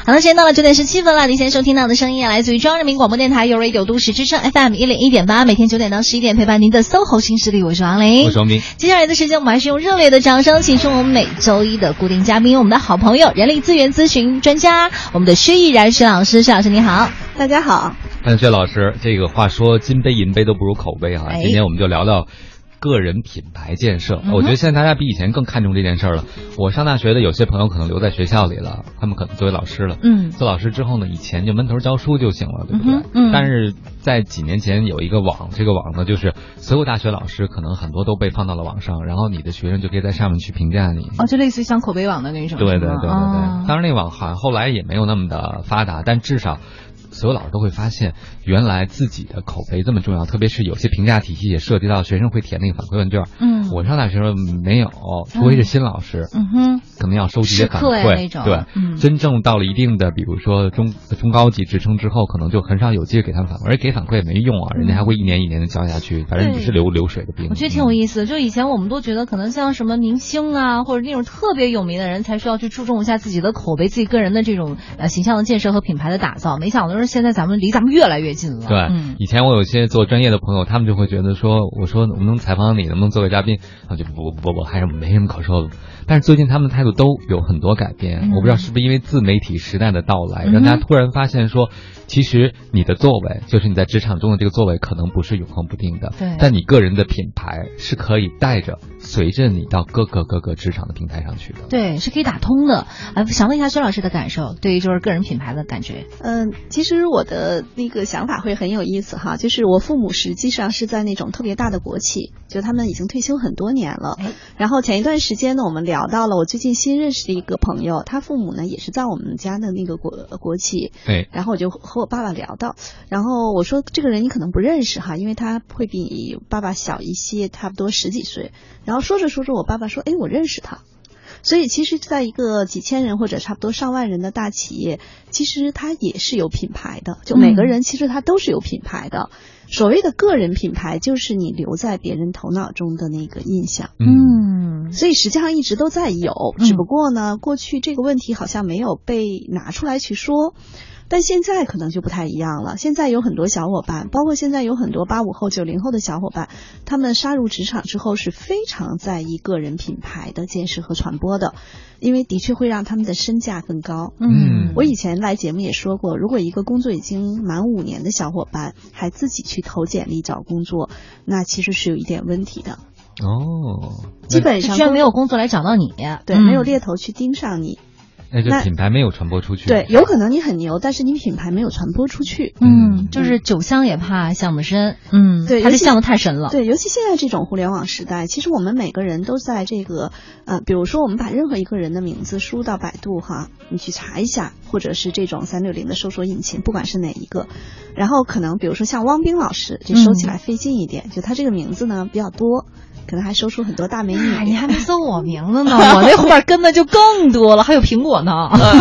好了，时间到了9:17了。您现在收听到的声音来自于中央人民广播电台 Radio 都市之声 FM101.8，每天9点到11点陪伴您的 SOHO 新势力，我是王琳， 我是王斌。 接下来的时间，我们还是用热烈的掌声，请出我们每周一的固定嘉宾，我们的好朋友，人力资源咨询专家，我们的薛逸然薛老师。薛老师你好。 大家好。 薛老师，这个话说金杯银杯都不如口碑哈，今天我们就聊聊个人品牌建设。我觉得现在大家比以前更看重这件事了。我上大学的有些朋友可能留在学校里了，他们可能作为老师了。做老师之后呢，以前就闷头教书就行了，对不对？但是在几年前有一个网，这个网呢就是所有大学老师可能很多都被放到了网上，然后你的学生就可以在上面去评价你。 就类似于像口碑网的那种。 对。当然那网好像后来也没有那么的发达，但至少所有老师都会发现，原来自己的口碑这么重要，特别是有些评价体系也涉及到学生会填那个反馈问卷。我上大学时候没有，除非是新老师，可能要收集一些反馈那种。 对，真正到了一定的，比如说中高级职称之后，可能就很少有机会给他们反馈，而给反馈也没用啊，人家还会一年一年的教下去，反正只是流水的兵。 我觉得挺有意思的，就以前我们都觉得可能像什么明星啊，或者那种特别有名的人才需要去注重一下自己的口碑，自己个人的这种形象的建设和品牌的打造，没想到是现在咱们离咱们越来越近了。 对，以前我有些做专业的朋友，他们就会觉得说，我说能不能采访你，能不能做个嘉宾，就不，还是没什么可说的。但是最近他们的态度都有很多改变，我不知道是不是因为自媒体时代的到来，让大家突然发现说，其实你的座位，就是你在职场中的这个座位，可能不是永恒不定的。 对。 但你个人的品牌是可以带着随着你到各个职场的平台上去的。 对，是可以打通的。想问一下薛老师的感受，对于就是个人品牌的感觉。 其实我的那个想法会很有意思哈，就是我父母实际上是在那种特别大的国企，就他们已经退休很多年了。然后前一段时间呢，我们聊到了我最近新认识的一个朋友，他父母呢也是在我们家的那个国企。然后我就和我爸爸聊到，然后我说这个人你可能不认识哈，因为他会比爸爸小一些，差不多10几岁。然后说着说着，我爸爸说，我认识他。所以其实在一个几千人或者差不多上万人的大企业，其实它也是有品牌的，就每个人其实他都是有品牌的。所谓的个人品牌就是你留在别人头脑中的那个印象。所以实际上一直都在有，只不过呢过去这个问题好像没有被拿出来去说。但现在可能就不太一样了，现在有很多小伙伴，包括现在有很多85后90后的小伙伴，他们杀入职场之后是非常在意个人品牌的建设和传播的，因为的确会让他们的身价更高。我以前来节目也说过，如果一个工作已经满5年的小伙伴还自己去投简历找工作，那其实是有一点问题的。基本上居然没有工作来找到你。 对，没有猎头去盯上你， 那就品牌没有传播出去。 对，有可能你很牛，但是你品牌没有传播出去。 就是酒香也怕巷子深。 对， 它这巷子太深了。 对，尤其现在这种互联网时代，其实我们每个人都在这个比如说我们把任何一个人的名字输到百度哈，你去查一下，或者是这种360的搜索引擎，不管是哪一个，然后可能比如说像汪冰老师，就搜起来费劲一点，就他这个名字呢比较多。可能还搜出很多大美女。 你还没搜我名字呢，我那后边跟的就更多了，还有苹果呢。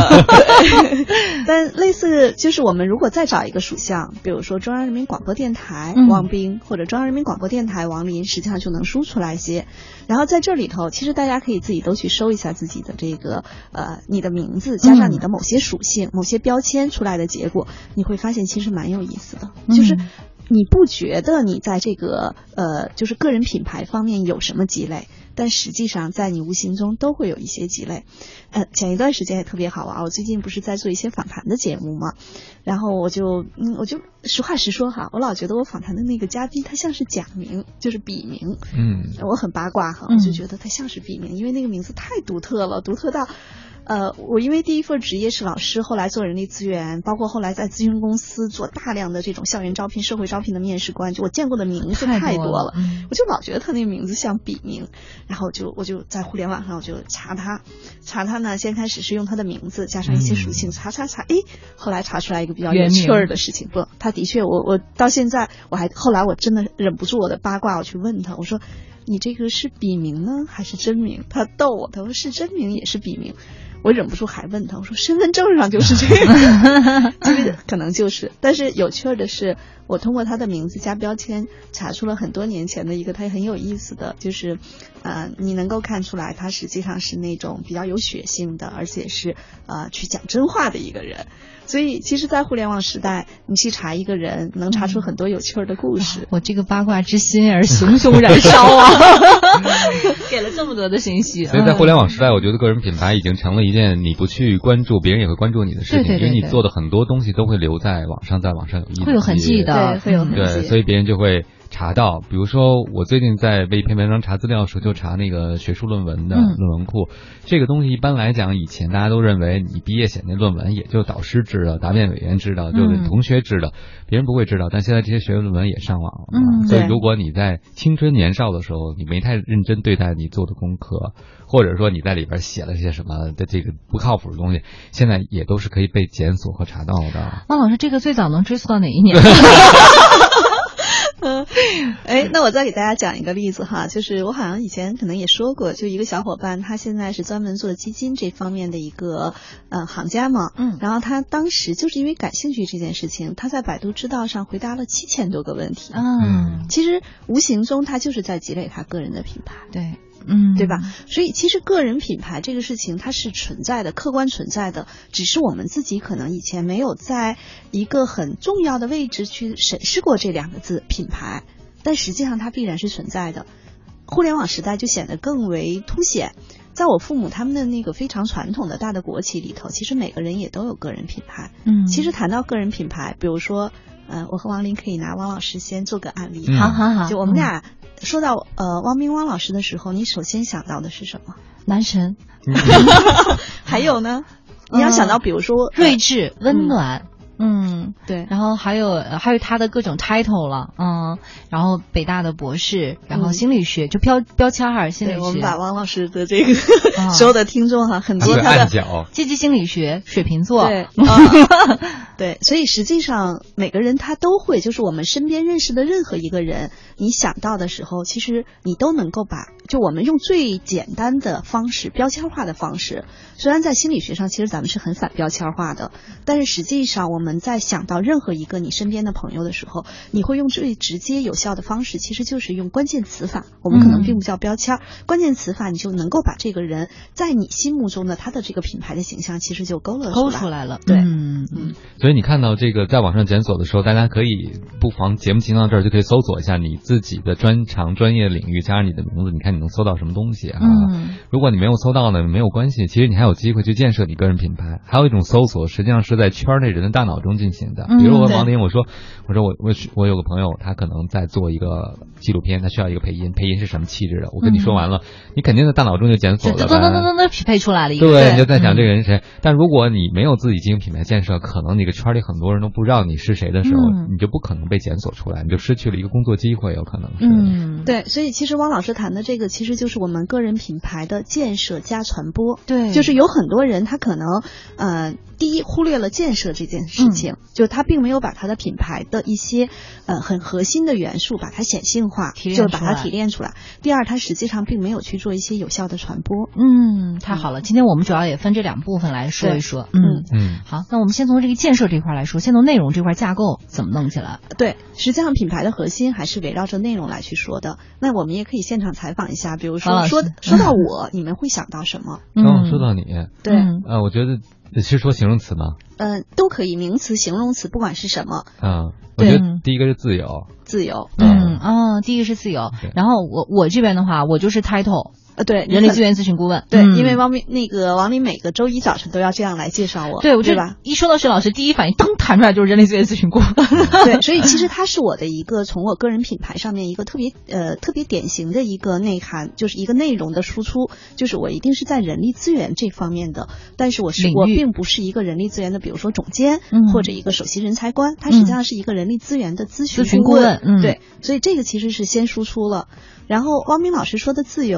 但类似就是我们如果再找一个属相，比如说中央人民广播电台王斌，或者中央人民广播电台王林，实际上就能输出来一些。然后在这里头，其实大家可以自己都去搜一下自己的这个你的名字加上你的某些属性、某些标签出来的结果，你会发现其实蛮有意思的，就是你不觉得你在这个就是个人品牌方面有什么积累，但实际上在你无形中都会有一些积累。前一段时间也特别好玩，我最近不是在做一些访谈的节目嘛，然后我就实话实说哈，我老觉得我访谈的那个嘉宾他像是假名，就是笔名。我很八卦哈，我就觉得他像是笔名，因为那个名字太独特了，独特到我因为第一份职业是老师，后来做人力资源，包括后来在咨询公司做大量的这种校园招聘、社会招聘的面试官，就我见过的名字太多了，我就老觉得他那个名字像笔名，然后我就在互联网上我就查他呢，先开始是用他的名字加上一些属性，查，后来查出来一个比较有趣儿的事情，不，他的确我到现在后来我真的忍不住我的八卦，我去问他，我说你这个是笔名呢还是真名？他逗我，他说是真名也是笔名。我忍不住还问他，我说身份证上就是这个，这个可能就是。但是有趣的是，我通过他的名字加标签，查出了很多年前的一个他很有意思的，就是你能够看出来他实际上是那种比较有血性的，而且是去讲真话的一个人。所以其实在互联网时代，你去查一个人能查出很多有趣的故事。 我这个八卦之心而熊熊燃烧啊给了这么多的信息。 所以在互联网时代，我觉得个人品牌已经成了一件你不去关注别人也会关注你的事情。 对， 因为你做的很多东西都会留在网上，在网上有印记， 会有痕迹的。 对，会有痕迹。 对，所以别人就会查到。比如说我最近在为一篇文章查资料的时候，就查那个学术论文的论文库。这个东西一般来讲，以前大家都认为你毕业写那论文也就导师知道，答辩委员知道，就是同学知道，别人不会知道。但现在这些学术论文也上网了，所以如果你在青春年少的时候，你没太认真对待你做的功课，或者说你在里边写了些什么的这个不靠谱的东西，现在也都是可以被检索和查到的。 汪老师，这个最早能追溯到哪一年？ 那我再给大家讲一个例子哈，就是我好像以前可能也说过，就一个小伙伴，他现在是专门做基金这方面的一个行家嘛，然后他当时就是因为感兴趣这件事情，他在百度知道上回答了7000多个问题，其实无形中他就是在积累他个人的品牌， 对。 对吧？所以其实个人品牌这个事情它是存在的，客观存在的，只是我们自己可能以前没有在一个很重要的位置去审视过这2个字品牌，但实际上它必然是存在的。互联网时代就显得更为凸显。在我父母他们的那个非常传统的大的国企里头，其实每个人也都有个人品牌。其实谈到个人品牌，比如说我和王林可以拿汪老师先做个案例。 好， 就我们俩说到汪冰汪老师的时候，你首先想到的是什么？ 男神。 还有呢？你要想到比如说睿智、温暖。 对， 然后还有他的各种 title 了，然后北大的博士，然后心理学就标签儿心理学。 我们把汪老师的这个所有的听众哈，很多他的积极心理学，水瓶座。 对，对，所以实际上每个人他都会，就是我们身边认识的任何一个人，你想到的时候，其实你都能够把，就我们用最简单的方式，标签化的方式。虽然在心理学上，其实咱们是很反标签化的，但是实际上我们在想到任何一个你身边的朋友的时候，你会用最直接有效的方式，其实就是用关键词法。我们可能并不叫标签，关键词法你就能够把这个人在你心目中的他的这个品牌的形象，其实就勾出来了。对， 所以你看到这个在网上检索的时候，大家可以不妨节目进到这儿就可以搜索一下你自己的专长、专业领域，加上你的名字，你看你能搜到什么东西啊？如果你没有搜到呢，没有关系，其实你还有机会去建设你个人品牌。还有一种搜索，实际上是在圈内人的大脑中进行的。比如我王林，我说我有个朋友，他可能在做一个纪录片，他需要一个配音是什么气质的？我跟你说完了，你肯定在大脑中就检索了， 都匹配出来了一个。 对，你就在想这个人是谁。但如果你没有自己进行品牌建设，可能你个圈里很多人都不知道你是谁的时候，你就不可能被检索出来，你就失去了一个工作机会，有可能是。 对，所以其实汪老师谈的这个，其实就是我们个人品牌的建设加传播。 对， 就是有很多人他可能第一忽略了建设这件事情，就他并没有把他的品牌的一些很核心的元素把它显性化，就把它提炼出来。第二，他实际上并没有去做一些有效的传播。 太好了，今天我们主要也分这2部分来说一说。好，那我们先从这个建设这块来说，先从内容这块架构怎么弄起来？ 对，实际上品牌的核心还是围绕着内容来去说的。那我们也可以现场采访一下，比如说说到我，你们会想到什么？ 说到你， 对， 我觉得是说形容词吗？ 都可以，名词、形容词，不管是什么。 我觉得第一个是自由。 自由。 第一个是自由。然后我这边的话，我就是 title。 对， 人力资源咨询顾问。 对，因为王林每个周一早晨都要这样来介绍我。 对吧？一说到沈老师，第一反应噔弹出来就是人力资源咨询顾问。 对，所以其实它是我的一个从我个人品牌上面一个特别典型的一个内涵，就是一个内容的输出，就是我一定是在人力资源这方面的，但是我并不是一个人力资源的，比如说总监或者一个首席人才官，它实际上是一个人力资源的咨询顾问。对，所以这个其实是先输出了。然后汪冰老师说的自由，其实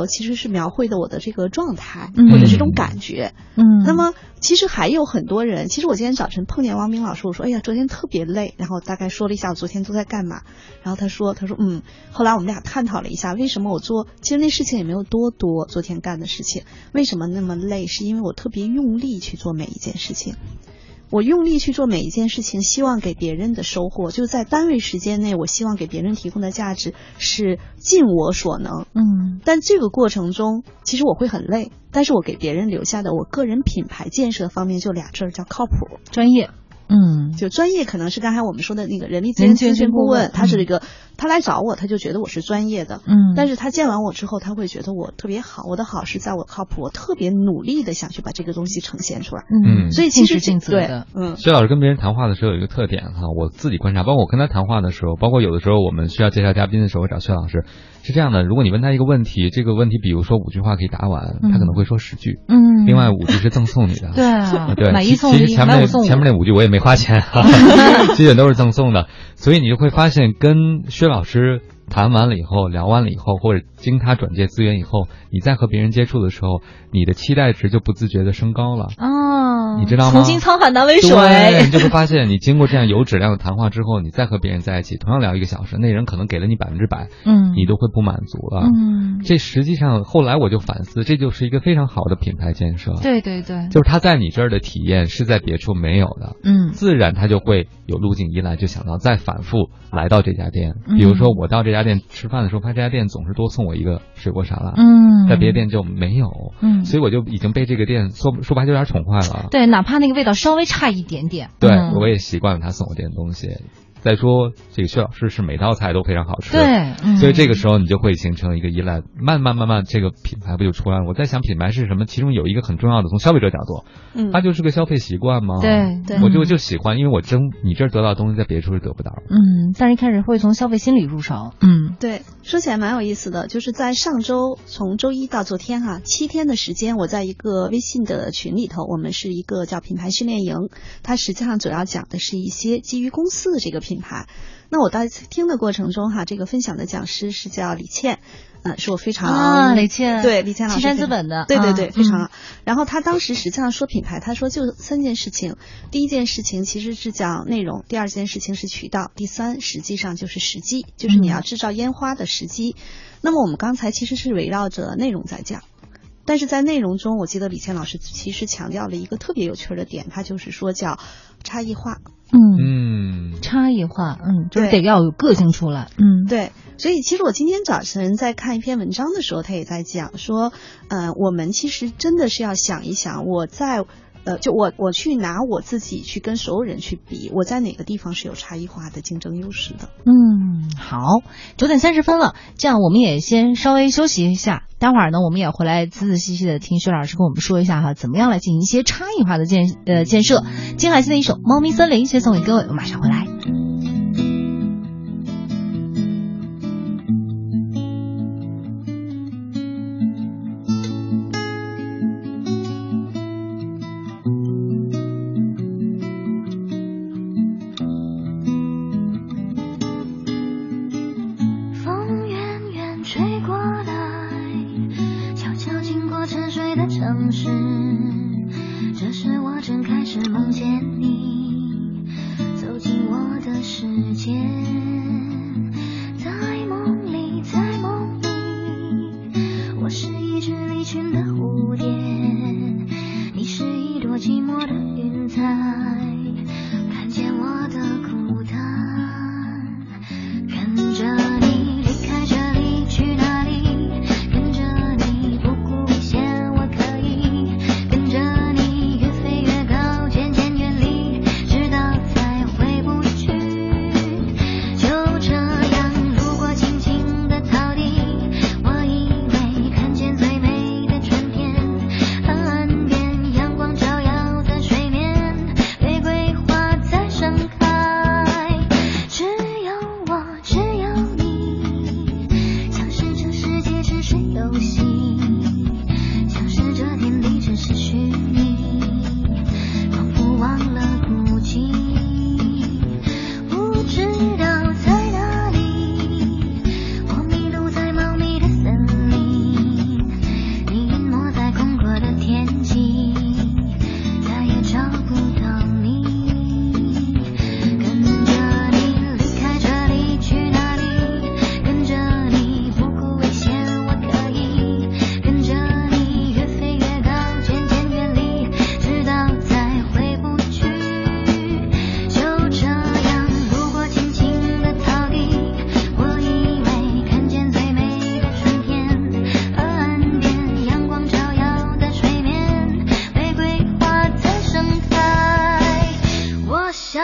是描绘的我的这个状态或者这种感觉。那么其实还有很多人，其实我今天早晨碰见汪冰老师，我说哎呀昨天特别累，然后大概说了一下我昨天都在干嘛，然后他说后来我们俩探讨了一下，为什么我其实那事情也没有多昨天干的事情，为什么那么累，是因为我特别用力去做每一件事情。我用力去做每一件事情，希望给别人的收获，就在单位时间内，我希望给别人提供的价值是尽我所能。但这个过程中，其实我会很累，但是我给别人留下的我个人品牌建设方面就俩字儿，叫靠谱、 专业。 就专业可能是刚才我们说的那个人力资源咨询顾问，他是这个，他来找我，他就觉得我是专业的，但是他见完我之后，他会觉得我特别好，我的好是在我靠谱，我特别努力的想去把这个东西呈现出来，所以其实对， 薛老师跟别人谈话的时候有一个特点哈，我自己观察，包括我跟他谈话的时候，包括有的时候我们需要介绍嘉宾的时候，我找薛老师是这样的，如果你问他一个问题，这个问题比如说5句话可以答完，他可能会说10句，另外5句是赠送你的， 对，买1送1， 其实前面那5句我也没花钱哈。基本都是赠送的，所以你就会发现跟薛老师谈完了以后，聊完了以后，或者经他转介资源以后，你再和别人接触的时候，你的期待值就不自觉的升高了你知道吗？ 曾经沧海难为水。 对，你就会发现你经过这样有质量的谈话之后，你再和别人在一起，同样聊1个小时，那人可能给了你100%，你都会不满足了。这实际上后来我就反思，这就是一个非常好的品牌建设。 对， 就是他在你这儿的体验是在别处没有的，自然他就会有路径依赖，就想到再反复来到这家店。比如说我到这家店吃饭的时候，发现这家店总是多送我一个水果沙拉，在别的店就没有，所以我就已经被这个店说白就有点宠坏了。 对，哪怕那个味道稍微差一点点， 对，我也习惯了他送我这点东西。再说这个薛老师是每道菜都非常好吃， 对， 所以这个时候你就会形成一个依赖，慢慢这个品牌不就出来了？我在想品牌是什么，其中有一个很重要的，从消费者角度，它就是个消费习惯嘛。 对， 我就喜欢，因为你这儿得到的东西在别处是得不到。 但是一开始会从消费心理入手。 对，说起来蛮有意思的，就是在上周从周一到昨天7天的时间，我在一个微信的群里头，我们是一个叫品牌训练营，它实际上主要讲的是一些基于公司的这个品牌。那我在听的过程中这个分享的讲师是叫李倩，是我非常李倩， 对，李倩老师， 岐山资本的， 对，非常好。然后他当时实际上说品牌，他说就3件事情，第一件事情其实是讲内容，第2件事情是渠道，第3实际上就是时机，就是你要制造烟花的时机。那么我们刚才其实是围绕着内容在讲。但是在内容中，我记得李倩老师其实强调了一个特别有趣的点，他就是说叫差异化。 差异化，就是得要有个性出来。 对，所以其实我今天早晨在看一篇文章的时候，他也在讲说，我们其实真的是要想一想，我去拿我自己去跟所有人去比，我在哪个地方是有差异化的竞争优势的。 好，9点30分了，这样我们也先稍微休息一下，待会儿呢我们也回来仔仔细细的听薛老师跟我们说一下怎么样来进行一些差异化的建设。金海心的一首《猫咪森林》先送给各位，我马上回来。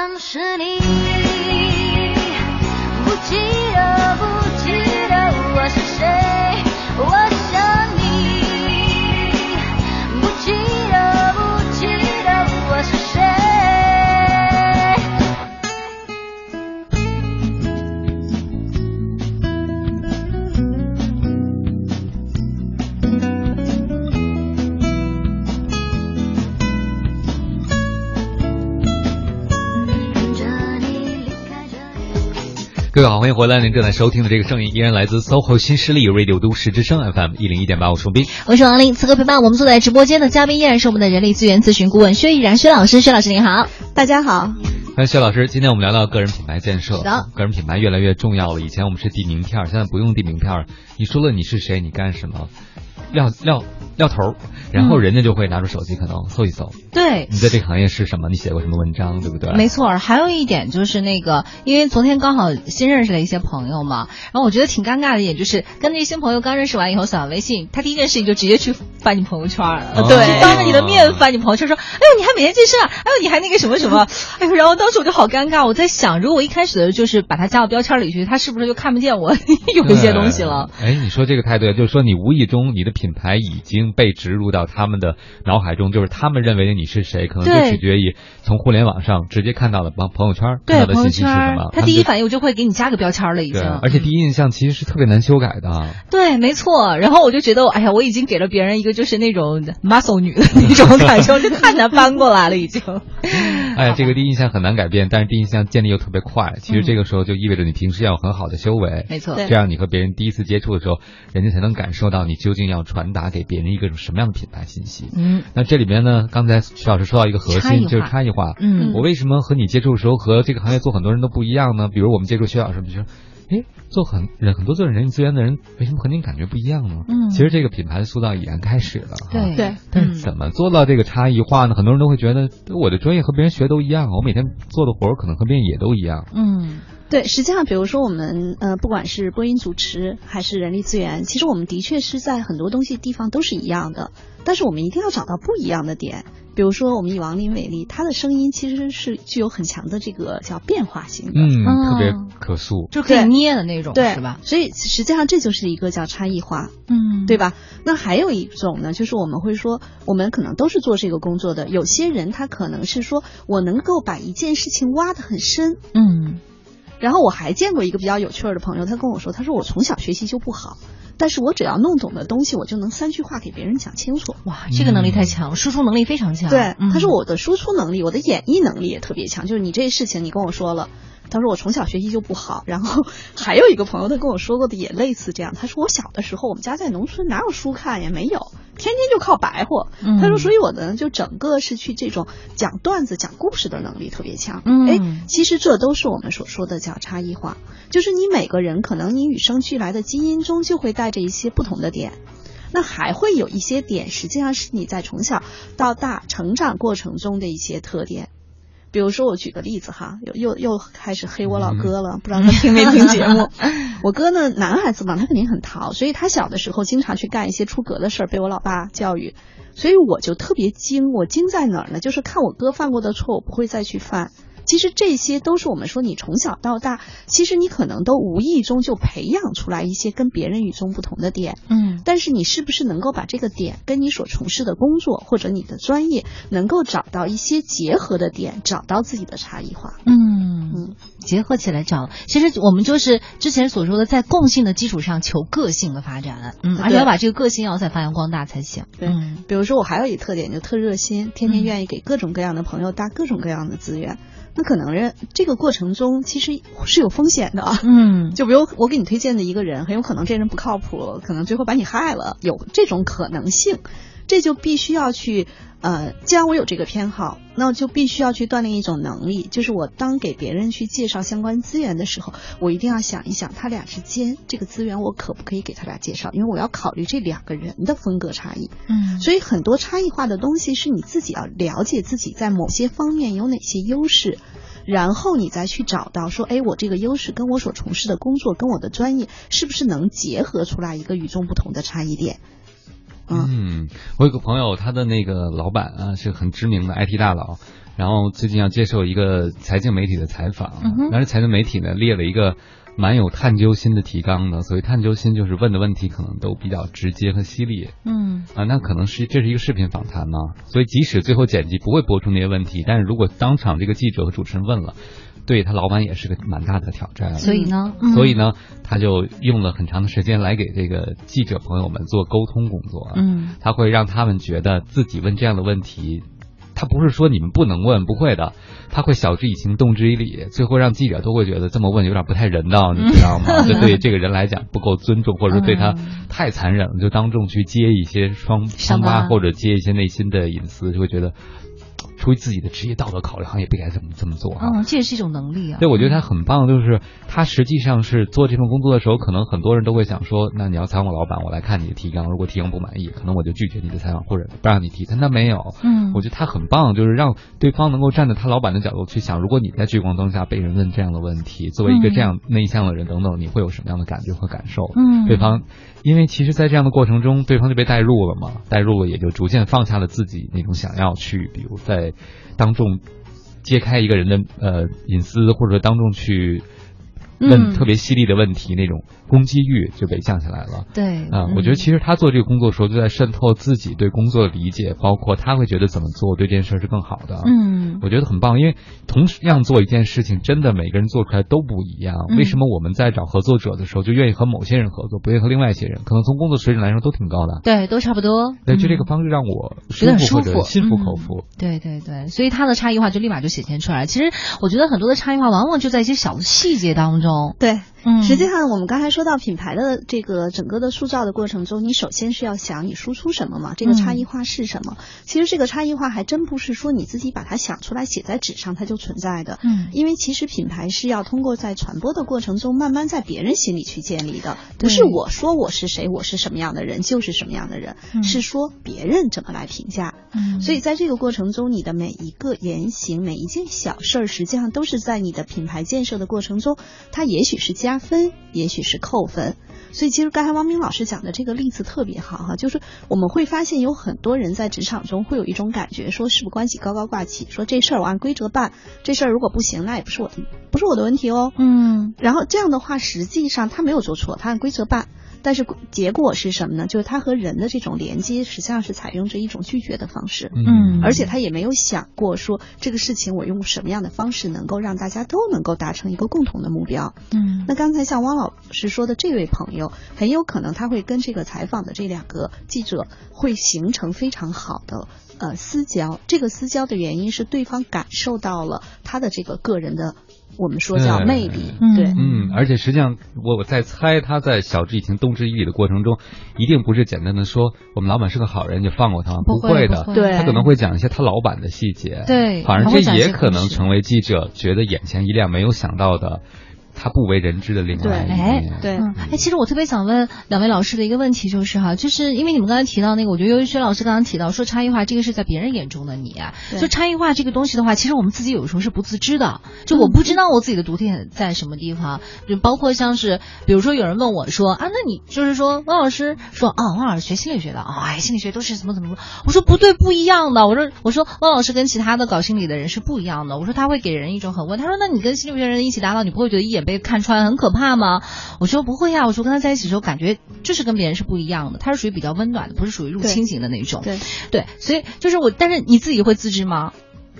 像是你，不记得我是谁，我想你，不记得我是谁。 各位好，欢迎回来！您正在收听的这个声音依然来自 SOHO 新势力 Radio 都市之声 FM 101.8，我是洪斌， 我是王琳。此刻陪伴我们坐在直播间的嘉宾依然是我们的人力资源咨询顾问薛逸然薛老师。薛老师您好。 大家好。 薛老师，今天我们聊聊个人品牌建设。 是的， 个人品牌越来越重要了。以前我们是递名片，现在不用递名片，你说了你是谁，你干什么，撂头，然后人家就会拿出手机可能搜一搜， 对， 你在这个行业是什么，你写过什么文章，对不对？ 没错。还有一点就是因为昨天刚好新认识了一些朋友嘛，然后我觉得挺尴尬的一点就是跟那些新朋友刚认识完以后，扫完微信，他第一件事情就直接去翻你朋友圈了，对，就当着你的面翻你朋友圈，说，哎呦你还每天健身啊，哎呦你还那个什么什么，哎呦，然后当时我就好尴尬，我在想，如果我一开始的就是把他加到标签里去，他是不是就看不见我有一些东西了？ 哎，你说这个太对了，就是说你无意中你的品牌已经被植入到他们的脑海中，就是他们认为的你是谁，可能就取决于从互联网上直接看到的朋友圈看到的信息是什么。 他第一反应我就会给你加个标签了，已经。 而且第一印象其实是特别难修改的。 对，没错。然后我就觉得，哎呀，我已经给了别人一个就是那种 muscle 女的那种感受，就太难搬过来了，已经。 哎呀，这个第一印象很难改变，但是第一印象建立又特别快。其实这个时候就意味着你平时要有很好的修为， 没错。 这样你和别人第一次接触的时候，人家才能感受到你究竟要传达给别人一个什么样的品牌信息。那这里边呢，刚才徐老师说到一个核心，就是差异化。我为什么和你接触的时候和这个行业做很多人都不一样呢？比如我们接触徐老师，比如说，做很多做人力资源的人，为什么和您感觉不一样呢？其实这个品牌的塑造已然开始了。 对。 但是怎么做到这个差异化呢？很多人都会觉得我的专业和别人学都一样，我每天做的活可能和别人也都一样。 对，实际上比如说我们不管是播音主持还是人力资源，其实我们的确是在很多东西地方都是一样的，但是我们一定要找到不一样的点。比如说我们以王琳为例，她的声音其实是具有很强的这个叫变化性的， 特别可塑， 就可以捏的那种， 对， 是吧？ 所以实际上这就是一个叫差异化，对吧？那还有一种呢，就是我们会说，我们可能都是做这个工作的，有些人他可能是说我能够把一件事情挖得很深，然后我还见过一个比较有趣的朋友，他跟我说，他说我从小学习就不好，但是我只要弄懂的东西，我就能3句话给别人讲清楚。 哇，这个能力太强，输出能力非常强。 对，他说我的输出能力，我的演绎能力也特别强，就是你这些事情你跟我说了，他说我从小学习就不好。然后还有一个朋友他跟我说过的也类似这样，他说我小的时候我们家在农村哪有书看也没有，天天就靠白活。他说所以我呢就整个是去这种讲段子讲故事的能力特别强。其实这都是我们所说的叫差异化，就是你每个人可能你与生俱来的基因中就会带着一些不同的点，那还会有一些点实际上是你在从小到大成长过程中的一些特点。比如说我举个例子哈，又开始黑我老哥了，不知道他听没听节目。我哥呢男孩子嘛，他肯定很淘，所以他小的时候经常去干一些出格的事儿，被我老爸教育，所以我就特别精。我精在哪儿呢？就是看我哥犯过的错我不会再去犯。其实这些都是我们说你从小到大，其实你可能都无意中就培养出来一些跟别人与众不同的点。但是你是不是能够把这个点跟你所从事的工作或者你的专业能够找到一些结合的点，找到自己的差异化。 结合起来找，其实我们就是之前所说的在共性的基础上求个性的发展。而且要把这个个性要再发扬光大才行。 对，比如说我还有一特点就特热心，天天愿意给各种各样的朋友搭各种各样的资源。那可能这个过程中其实是有风险的。就比如我给你推荐的一个人，很有可能这人不靠谱，可能最后把你害了，有这种可能性。这就必须要去既然我有这个偏好，那我就必须要去锻炼一种能力，就是我当给别人去介绍相关资源的时候，我一定要想一想他俩之间这个资源我可不可以给他俩介绍，因为我要考虑这两个人的风格差异。所以很多差异化的东西是你自己要了解自己在某些方面有哪些优势，然后你再去找到说，我这个优势跟我所从事的工作跟我的专业是不是能结合出来一个与众不同的差异点。 我有个朋友，他的那个老板啊是很知名的 IT 大佬， 然后最近要接受一个财经媒体的采访，但是财经媒体呢列了一个蛮有探究心的提纲的，所谓探究心就是问的问题可能都比较直接和犀利。那可能是这是一个视频访谈嘛，所以即使最后剪辑不会播出那些问题，但是如果当场这个记者和主持人问了，对他老板也是个蛮大的挑战。 所以呢， 他就用了很长的时间来给这个记者朋友们做沟通工作。他会让他们觉得自己问这样的问题，他不是说你们不能问，不会的，他会晓之以情动之以理，最后让记者都会觉得这么问有点不太人道，你知道吗？这对这个人来讲不够尊重，或者说对他太残忍了，就当众去揭一些伤疤或者揭一些内心的隐私，就会觉得出于自己的职业道德考虑，好像也不该这么做这也是一种能力啊。 对，我觉得他很棒，就是他实际上是做这份工作的时候，可能很多人都会想说，那你要采访我老板，我来看你的提纲，如果提纲不满意，可能我就拒绝你的采访或者不让你提。但他没有，我觉得他很棒，就是让对方能够站在他老板的角度去想，如果你在聚光灯下被人问这样的问题，作为一个这样内向的人等等，你会有什么样的感觉和感受？对方，因为其实在这样的过程中，对方就被带入了嘛，带入了也就逐渐放下了自己那种想要去，比如在当众揭开一个人的隐私，或者说当众去问特别犀利的问题，那种攻击欲就被降下来了。 对我觉得其实他做这个工作的时候就在渗透自己对工作的理解，包括他会觉得怎么做对这件事是更好的。我觉得很棒，因为同样做一件事情，真的每个人做出来都不一样。为什么我们在找合作者的时候就愿意和某些人合作，不愿意和另外一些人？可能从工作水准来说都挺高的。 对，都差不多。 对，就这个方式让我舒服或者心服口服。 对对对，所以他的差异化就立马就显现出来了。其实我觉得很多的差异化往往就在一些小的细节当中。 对，实际上我们刚才说到品牌的这个整个的塑造的过程中，你首先是要想你输出什么嘛，这个差异化是什么？其实这个差异化还真不是说你自己把它想出来写在纸上它就存在的。因为其实品牌是要通过在传播的过程中慢慢在别人心里去建立的，不是我说我是谁，我是什么样的人就是什么样的人，是说别人怎么来评价。所以在这个过程中，你的每一个言行，每一件小事儿，实际上都是在你的品牌建设的过程中，它也许是加分，也许是扣分。所以其实刚才汪明老师讲的这个例子特别好哈，就是我们会发现有很多人在职场中会有一种感觉，说事不关己高高挂起，说这事儿我按规则办，这事儿如果不行那也不是我的问题哦。然后这样的话实际上他没有做错，他按规则办，但是结果是什么呢？就是他和人的这种连接实际上是采用着一种拒绝的方式。而且他也没有想过说这个事情我用什么样的方式能够让大家都能够达成一个共同的目标。那刚才像汪老师说的这位朋友，很有可能他会跟这个采访的这两个记者会形成非常好的私交。这个私交的原因是对方感受到了他的这个个人的我们说叫魅力。对， 而且实际上我在猜他在晓之以情动之以理的过程中，一定不是简单的说我们老板是个好人就放过他，不会的。 对， 他可能会讲一些他老板的细节。 对， 反正这也可能成为记者觉得眼前一亮没有想到的他不为人知的另外一面。 对， 其实我特别想问两位老师的一个问题就是哈，就是因为你们刚才提到那个，我觉得尤其薛老师刚刚提到说差异化这个是在别人眼中的你啊，就差异化这个东西的话，其实我们自己有时候是不自知的，就我不知道我自己的独特点在什么地方，就包括像是比如说有人问我说啊，那你就是说汪老师说汪老师学心理学的心理学都是怎么，我说不对，不一样的，我说汪老师跟其他的搞心理的人是不一样的，我说他会给人一种很温，他说那你跟心理学人一起搭档，你不会觉得一眼被看穿很可怕吗？我说不会呀，我说跟他在一起的时候感觉就是跟别人是不一样的，他是属于比较温暖的，不是属于入侵型的那种。对，所以就是但是你自己会自知吗？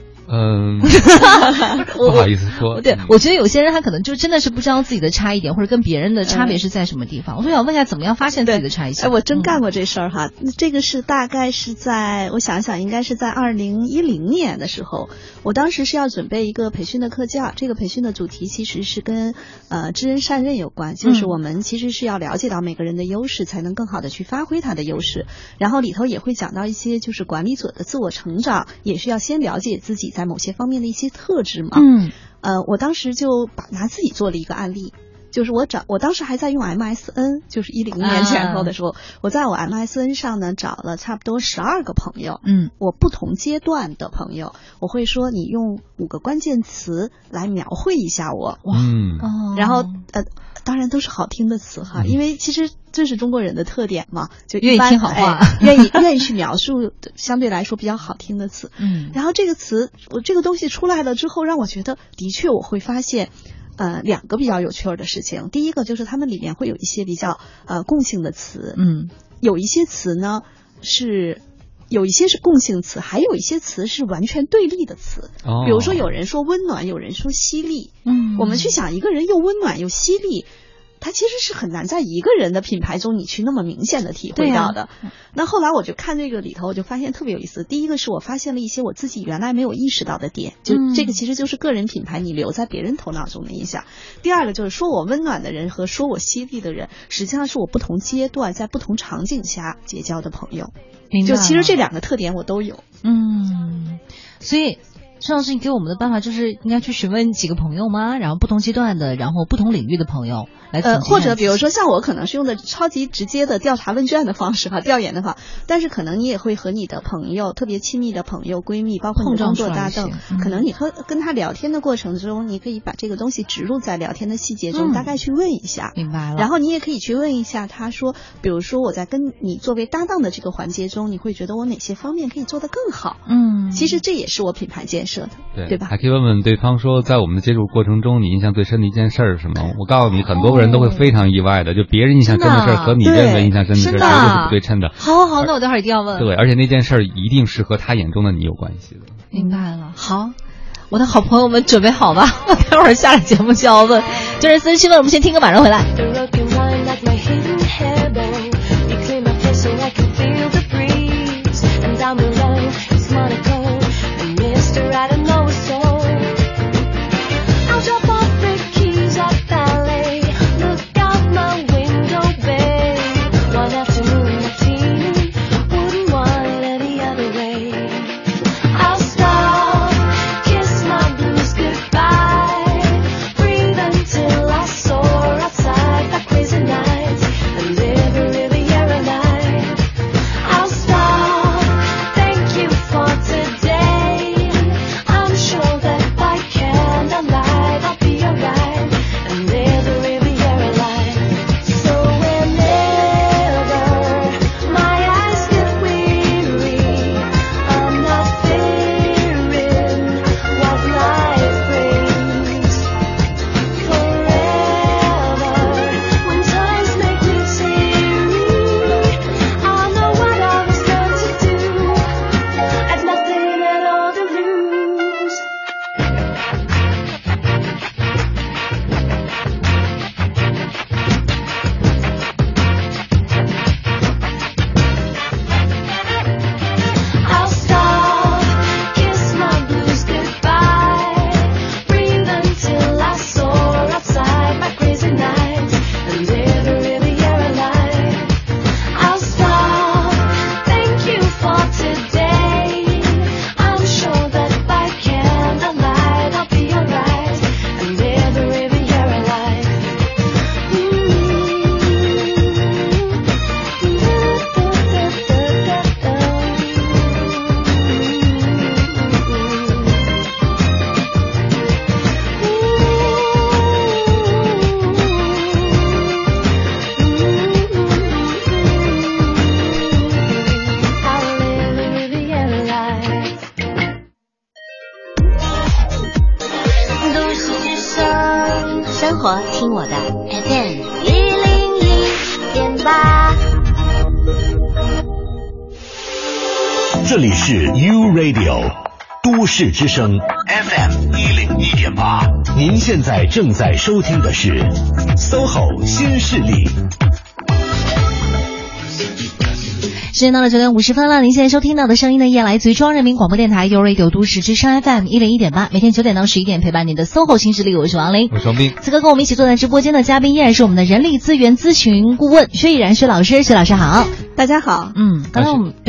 不好意思说。 对，我觉得有些人他可能就真的是不知道自己的差异点，或者跟别人的差别是在什么地方。我想问一下，怎么样发现自己的差异性？ 我真干过这事儿哈。这个是大概是在我想想，应该是在2010年的时候，我当时是要准备一个培训的课件，这个培训的主题其实是跟知人善任有关，就是我们其实是要了解到每个人的优势，才能更好的去发挥他的优势。然后里头也会讲到一些就是管理者的自我成长，也是要先了解自己在某些方面的一些特质嘛。我当时就拿自己做了一个案例， 就是我当时还在用 MSN， 就是10年前后的时候，我在我 MSN 上呢找了差不多12个朋友，我不同阶段的朋友，我会说你用5个关键词来描绘一下我，然后当然都是好听的词哈，因为其实这是中国人的特点嘛，就愿意听好话， 愿意去描述相对来说比较好听的词。然后这个词，我这个东西出来了之后，让我觉得的确我会发现2个比较有趣的事情。第一个就是它们里面会有一些比较共性的词，有一些词呢有一些是共性词，还有一些词是完全对立的词。比如说有人说温暖，有人说犀利。我们去想一个人又温暖又犀利，他其实是很难在一个人的品牌中你去那么明显的体会到的。那后来我就看这个里头，我就发现特别有意思。第一个是我发现了一些我自己原来没有意识到的点，就这个其实就是个人品牌你留在别人头脑中的印象。第二个就是说我温暖的人和说我犀利的人，实际上是我不同阶段在不同场景下结交的朋友。就其实这2个特点我都有。 所以陈老师，你给我们的办法就是应该去询问几个朋友吗？然后不同阶段的，然后不同领域的朋友来或者比如说像我可能是用的超级直接的调查问卷的方式哈，调研的话，但是可能你也会和你的朋友，特别亲密的朋友、闺蜜，包括你的工作搭档，可能你跟他聊天的过程中，你可以把这个东西植入在聊天的细节中，大概去问一下。 明白了。 然后你也可以去问一下他说，比如说我在跟你作为搭档的这个环节中，你会觉得我哪些方面可以做得更好？其实这也是我品牌建设的，对吧？ 还可以问问对方说，在我们的接触过程中，你印象最深的一件事是什么？我告诉你，很多人都会非常意外的，就别人印象深的事和你认为印象深的事绝对是不对称的。 好，那我待会儿一定要问。 对，而且那件事一定是和他眼中的你有关系的。 明白了。好，我的好朋友们准备好吧？待会儿下了节目就要问。就是47问，我们先听个马上回来。 听我的 FM 101.8， 这里是 U Radio 都市之声 FM 101.8，您现在正在收听的是 SOHO 新势力。 时间到了9点50分了，您现在收听到的声音呢，依然来自于中央人民广播电台 U Radio 都市之声 FM 101.8，每天9点到11点陪伴您的 SOHO 新势力，我是王琳， 我是王斌。 此刻跟我们一起坐在直播间的嘉宾依然是我们的人力资源咨询顾问薛逸然薛老师，薛老师好。 大家好。 刚才我们对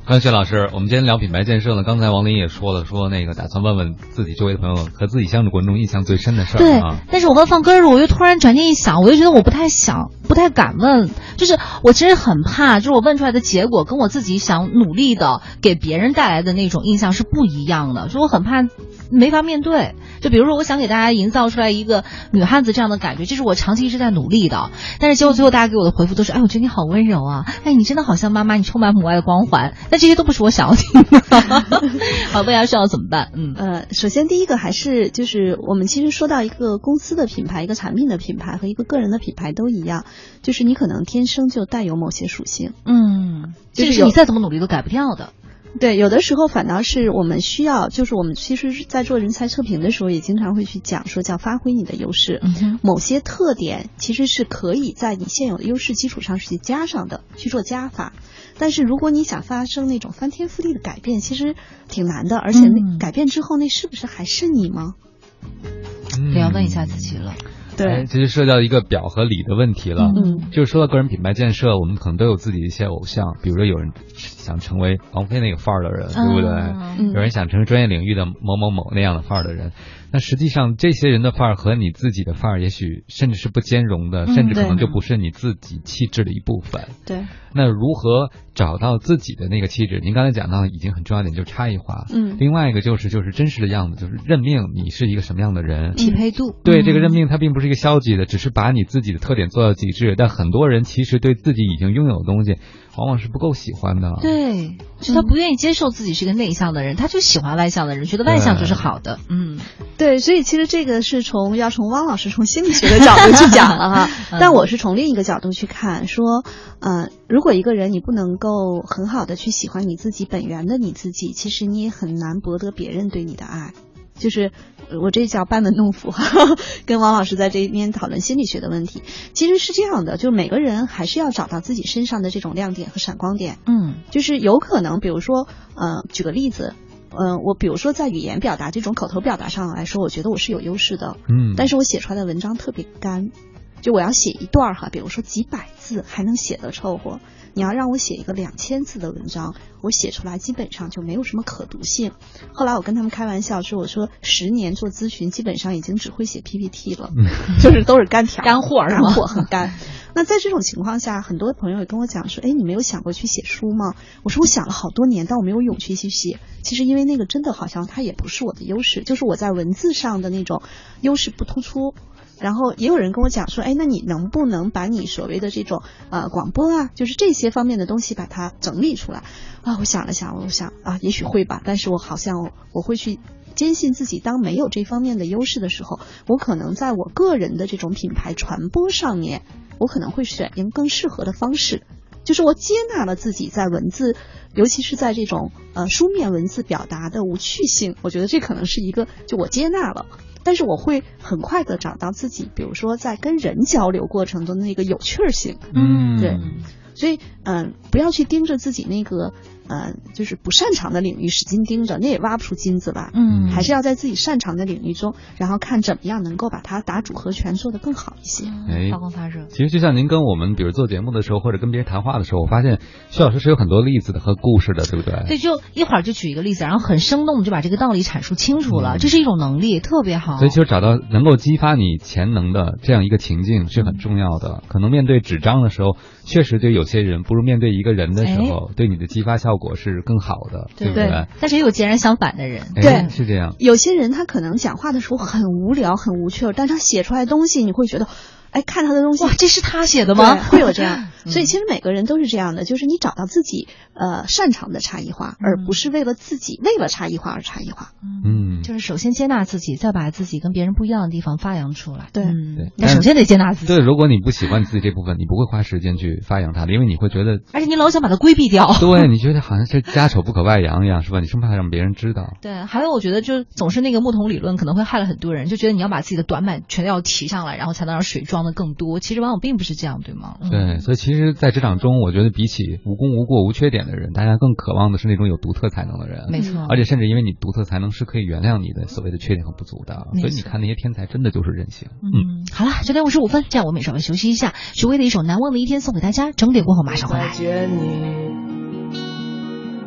关薛老师，我们今天聊品牌建设呢，刚才王林也说了，说那个打算问问自己周围的朋友和自己相处过程中印象最深的事儿。 对， 啊， 但是我问放歌的时候，我又突然转念一想，我就觉得我不太敢问，就是我其实很怕，就是我问出来的结果跟我自己想努力的给别人带来的那种印象是不一样的，所以我很怕没法面对。就比如说我想给大家营造出来一个女汉子这样的感觉，这是我长期一直在努力的，但是结果最后大家给我的回复都是，哎，我觉得你好温柔啊，哎，你真的好像妈妈，你充满母爱的光环，但这些都不是我想要听的。好，未来需要怎么办？ 首先第一个还是就是我们其实说到一个公司的品牌、一个产品的品牌和一个个人的品牌都一样，就是你可能天生就带有某些属性， 这是你再怎么努力都改不掉的。 对，有的时候反倒是我们需要，就是我们其实在做人才测评的时候也经常会去讲说叫发挥你的优势，某些特点其实是可以在你现有的优势基础上去加上的，去做加法。但是如果你想发生那种翻天覆地的改变，其实挺难的，而且那改变之后那是不是还是你吗？ 得要问一下自己了。 对， 这就涉及到一个表和里的问题了。就是说到个人品牌建设，我们可能都有自己的一些偶像，比如说有人想成为王菲那个范儿的人，对不对？有人想成为专业领域的某某某那样的范儿的人。那实际上这些人的范儿和你自己的范儿也许甚至是不兼容的，甚至可能就不是你自己气质的一部分。 对。 那如何找到自己的那个气质？您刚才讲到已经很重要一点，就是差异化。另外一个就是真实的样子，就是认命你是一个什么样的人， 匹配度。 对，这个认命它并不是一个消极的，只是把你自己的特点做到极致。但很多人其实对自己已经拥有的东西往往是不够喜欢的。 对，就他不愿意接受自己是一个内向的人，他就喜欢外向的人，觉得外向就是好的。 对，所以其实这个是要从汪老师从心理学的角度去讲了哈，但我是从另一个角度去看，说，如果一个人你不能够很好的去喜欢你自己本源的你自己，其实你也很难博得别人对你的爱。就是我这叫班门弄斧，跟王老师在这边讨论心理学的问题。其实是这样的，就是每个人还是要找到自己身上的这种亮点和闪光点。就是有可能，比如说，举个例子。我比如说在语言表达这种口头表达上来说，我觉得我是有优势的。但是我写出来的文章特别干，就我要写一段比如说几百字还能写得凑合。你要让我写一个2000字的文章，我写出来基本上就没有什么可读性。后来我跟他们开玩笑说，我说10年做咨询，基本上已经只会写 PPT 了，就是都是干条、 干货很干。那在这种情况下，很多朋友也跟我讲说，哎，你没有想过去写书吗？我说我想了好多年，但我没有勇气去写。其实因为那个真的好像它也不是我的优势，就是我在文字上的那种优势不突出。然后也有人跟我讲说，哎，那你能不能把你所谓的这种广播啊，就是这些方面的东西把它整理出来啊？我想了想，我想啊，也许会吧，但是我好像我会去坚信自己，当没有这方面的优势的时候，我可能在我个人的这种品牌传播上面，我可能会选一个更适合的方式。就是我接纳了自己在文字，尤其是在这种书面文字表达的无趣性，我觉得这可能是一个，就我接纳了。但是我会很快的找到自己，比如说在跟人交流过程中的那个有趣性。对，所以不要去盯着自己那个就是不擅长的领域使劲盯着，那也挖不出金子来。还是要在自己擅长的领域中，然后看怎么样能够把它打组合拳做得更好一些。 发光发热。 其实就像您跟我们比如做节目的时候，或者跟别人谈话的时候，我发现薛老师是有很多例子的和故事的，对不对？ 对，就一会儿就举一个例子，然后很生动就把这个道理阐述清楚了，这是一种能力，特别好。 所以其实找到能够激发你潜能的这样一个情境是很重要的。可能面对纸张的时候，确实对有些人不如面对一个人的时候，对你的激发效果是更好的，对不对？ 但是也有截然相反的人， 对， 是这样。 有些人他可能讲话的时候很无聊、很无趣，但他写出来的东西，你会觉得，哎，看他的东西， 哇，这是他写的吗？ 会有这样。所以其实每个人都是这样的，就是你找到自己擅长的差异化，而不是为了差异化而差异化。 就是首先接纳自己，再把自己跟别人不一样的地方发扬出来。 对， 但首先得接纳自己。 对，如果你不喜欢自己这部分，你不会花时间去发扬它的，因为你会觉得， 而且你老想把它规避掉。 对，你觉得好像是家丑不可外扬一样，是吧？你生怕让别人知道。 对，还有我觉得就总是那个木桶理论可能会害了很多人，就觉得你要把自己的短板全要提上来，然后才能让水装的更多。其实往往并不是这样，对吗？ 对，所以其实在职场中，我觉得比起无功无过无缺点的人，大家更渴望的是那种有独特才能的人。 没错， 而且甚至因为你独特才能是可以原谅你的所谓的缺点和不足的，所以你看那些天才真的就是任性。 好了，9点55分，这样我们也稍微休息一下。许巍的一首《难忘的一天》送给大家，整点过后马上回来。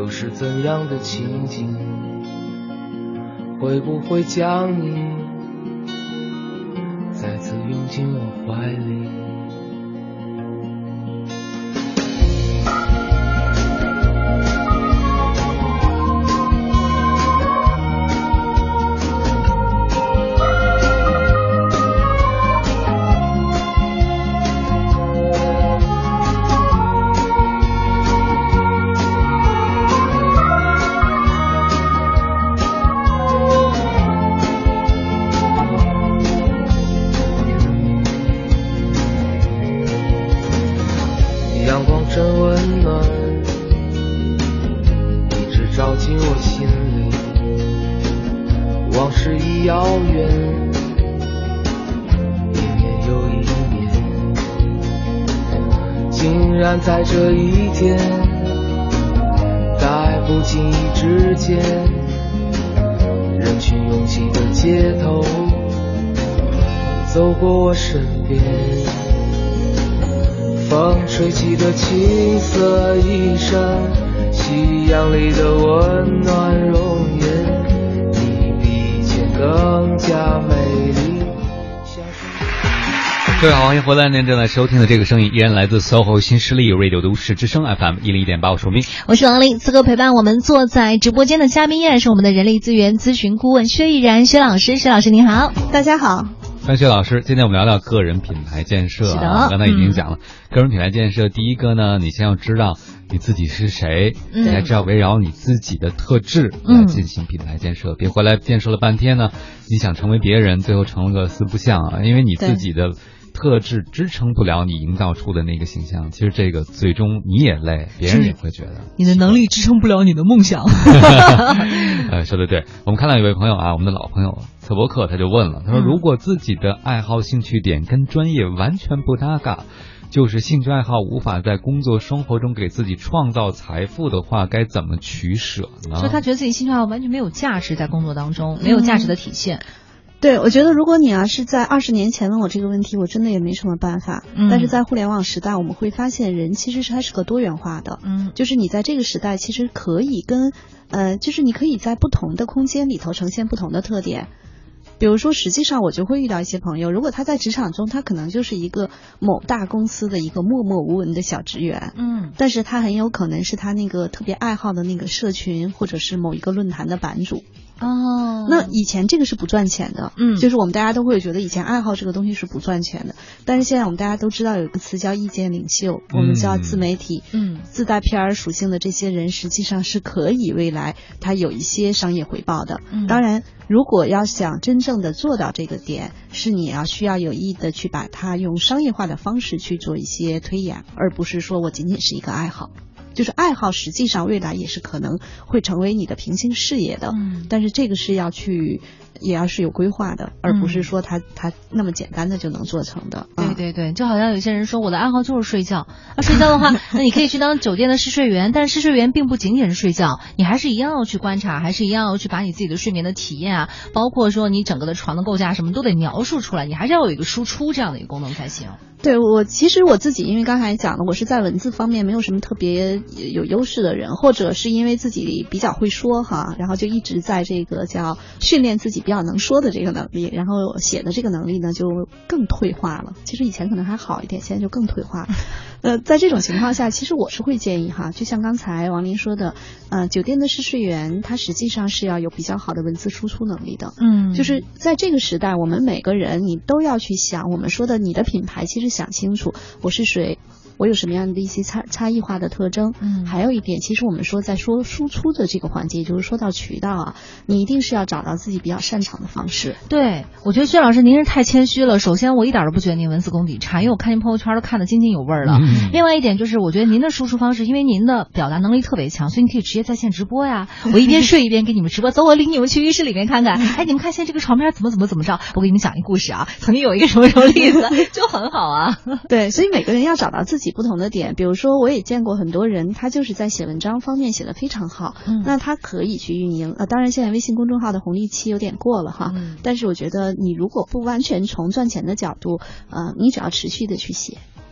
又是怎样的情景？会不会将你再次拥进我怀里？在这一天，在不经意之间，人群拥挤的街头，走过我身边，风吹起的青色衣裳，夕阳里的温暖容颜，你比以前更加美丽。 各位好，欢迎回来，您正在收听的这个声音依然来自 SOHO 新势力 Radio 都市之声 FM 101.8，我是王斌， 我是王琳。此刻陪伴我们坐在直播间的嘉宾依然是我们的人力资源咨询顾问薛逸然薛老师。薛老师您好。 大家好。 欢迎薛老师。今天我们聊聊个人品牌建设啊，刚才已经讲了，个人品牌建设第一个呢，你先要知道你自己是谁，你还知道围绕你自己的特质来进行品牌建设，别回来建设了半天呢，你想成为别人，最后成了个四不像啊，因为你自己的特质支撑不了你营造出的那个形象，其实这个最终你也累，别人也会觉得你的能力支撑不了你的梦想。 说的对。我们看到有位朋友啊，我们的老朋友策博克，他就问了，他说如果自己的爱好兴趣点跟专业完全不搭嘎，就是兴趣爱好无法在工作生活中给自己创造财富的话，该怎么取舍呢？ 所以他觉得自己兴趣爱好完全没有价值，在工作当中没有价值的体现。 对，我觉得如果你要是在20年前问我这个问题，我真的也没什么办法。但是在互联网时代，我们会发现人其实它是个多元化的。就是你在这个时代其实可以跟就是你可以在不同的空间里头呈现不同的特点。比如说，实际上我就会遇到一些朋友，如果他在职场中，他可能就是一个某大公司的一个默默无闻的小职员，但是他很有可能是他那个特别爱好的那个社群或者是某一个论坛的版主。那以前这个是不赚钱的，就是我们大家都会觉得以前爱好这个东西是不赚钱的，但是现在我们大家都知道有一个词叫意见领袖，我们叫自媒体，自带 PR 属性的这些人实际上是可以未来他有一些商业回报的。当然如果要想真正的做到这个点，是你要需要有意的去把它用商业化的方式去做一些推演，而不是说我仅仅是一个爱好。就是爱好实际上未来也是可能会成为你的平行事业的，但是这个是要去也要是有规划的，而不是说它那么简单的就能做成的。 对，就好像有些人说我的爱好就是睡觉，睡觉的话那你可以去当酒店的试睡员，但是试睡员并不仅仅是睡觉，你还是一样要去观察，还是一样要去把你自己的睡眠的体验啊，包括说你整个的床的构架什么都得描述出来，你还是要有一个输出这样的一个功能才行。 对，其实我自己因为刚才讲了，我是在文字方面没有什么特别有优势的人，或者是因为自己比较会说哈，然后就一直在这个叫训练自己比较能说的这个能力，然后写的这个能力呢就更退化了。其实以前可能还好一点，现在就更退化了。在这种情况下，其实我是会建议哈，就像刚才王琳说的，酒店的试睡员他实际上是要有比较好的文字输出能力的。就是在这个时代，我们每个人你都要去想，我们说的你的品牌其实想清楚我是谁，我有什么样的一些差异化的特征。还有一点，其实我们说在说输出的这个环节，就是说到渠道啊，你一定是要找到自己比较擅长的方式。 对，我觉得薛老师您是太谦虚了。首先我一点都不觉得您文字功底差，因为我看您朋友圈都看得津津有味了。另外一点就是我觉得您的输出方式，因为您的表达能力特别强，所以你可以直接在线直播呀，我一边睡一边给你们直播。走，我领你们去浴室里面看看，你们看现在这个床边怎么着，我给你们讲一故事啊，曾经有一个什么例子就很好啊。 对，所以每个人要找到自己不同的点。比如说我也见过很多人，他就是在写文章方面写得非常好，那他可以去运营。当然现在微信公众号的红利期有点过了哈，但是我觉得你如果不完全从赚钱的角度，你只要持续的去写，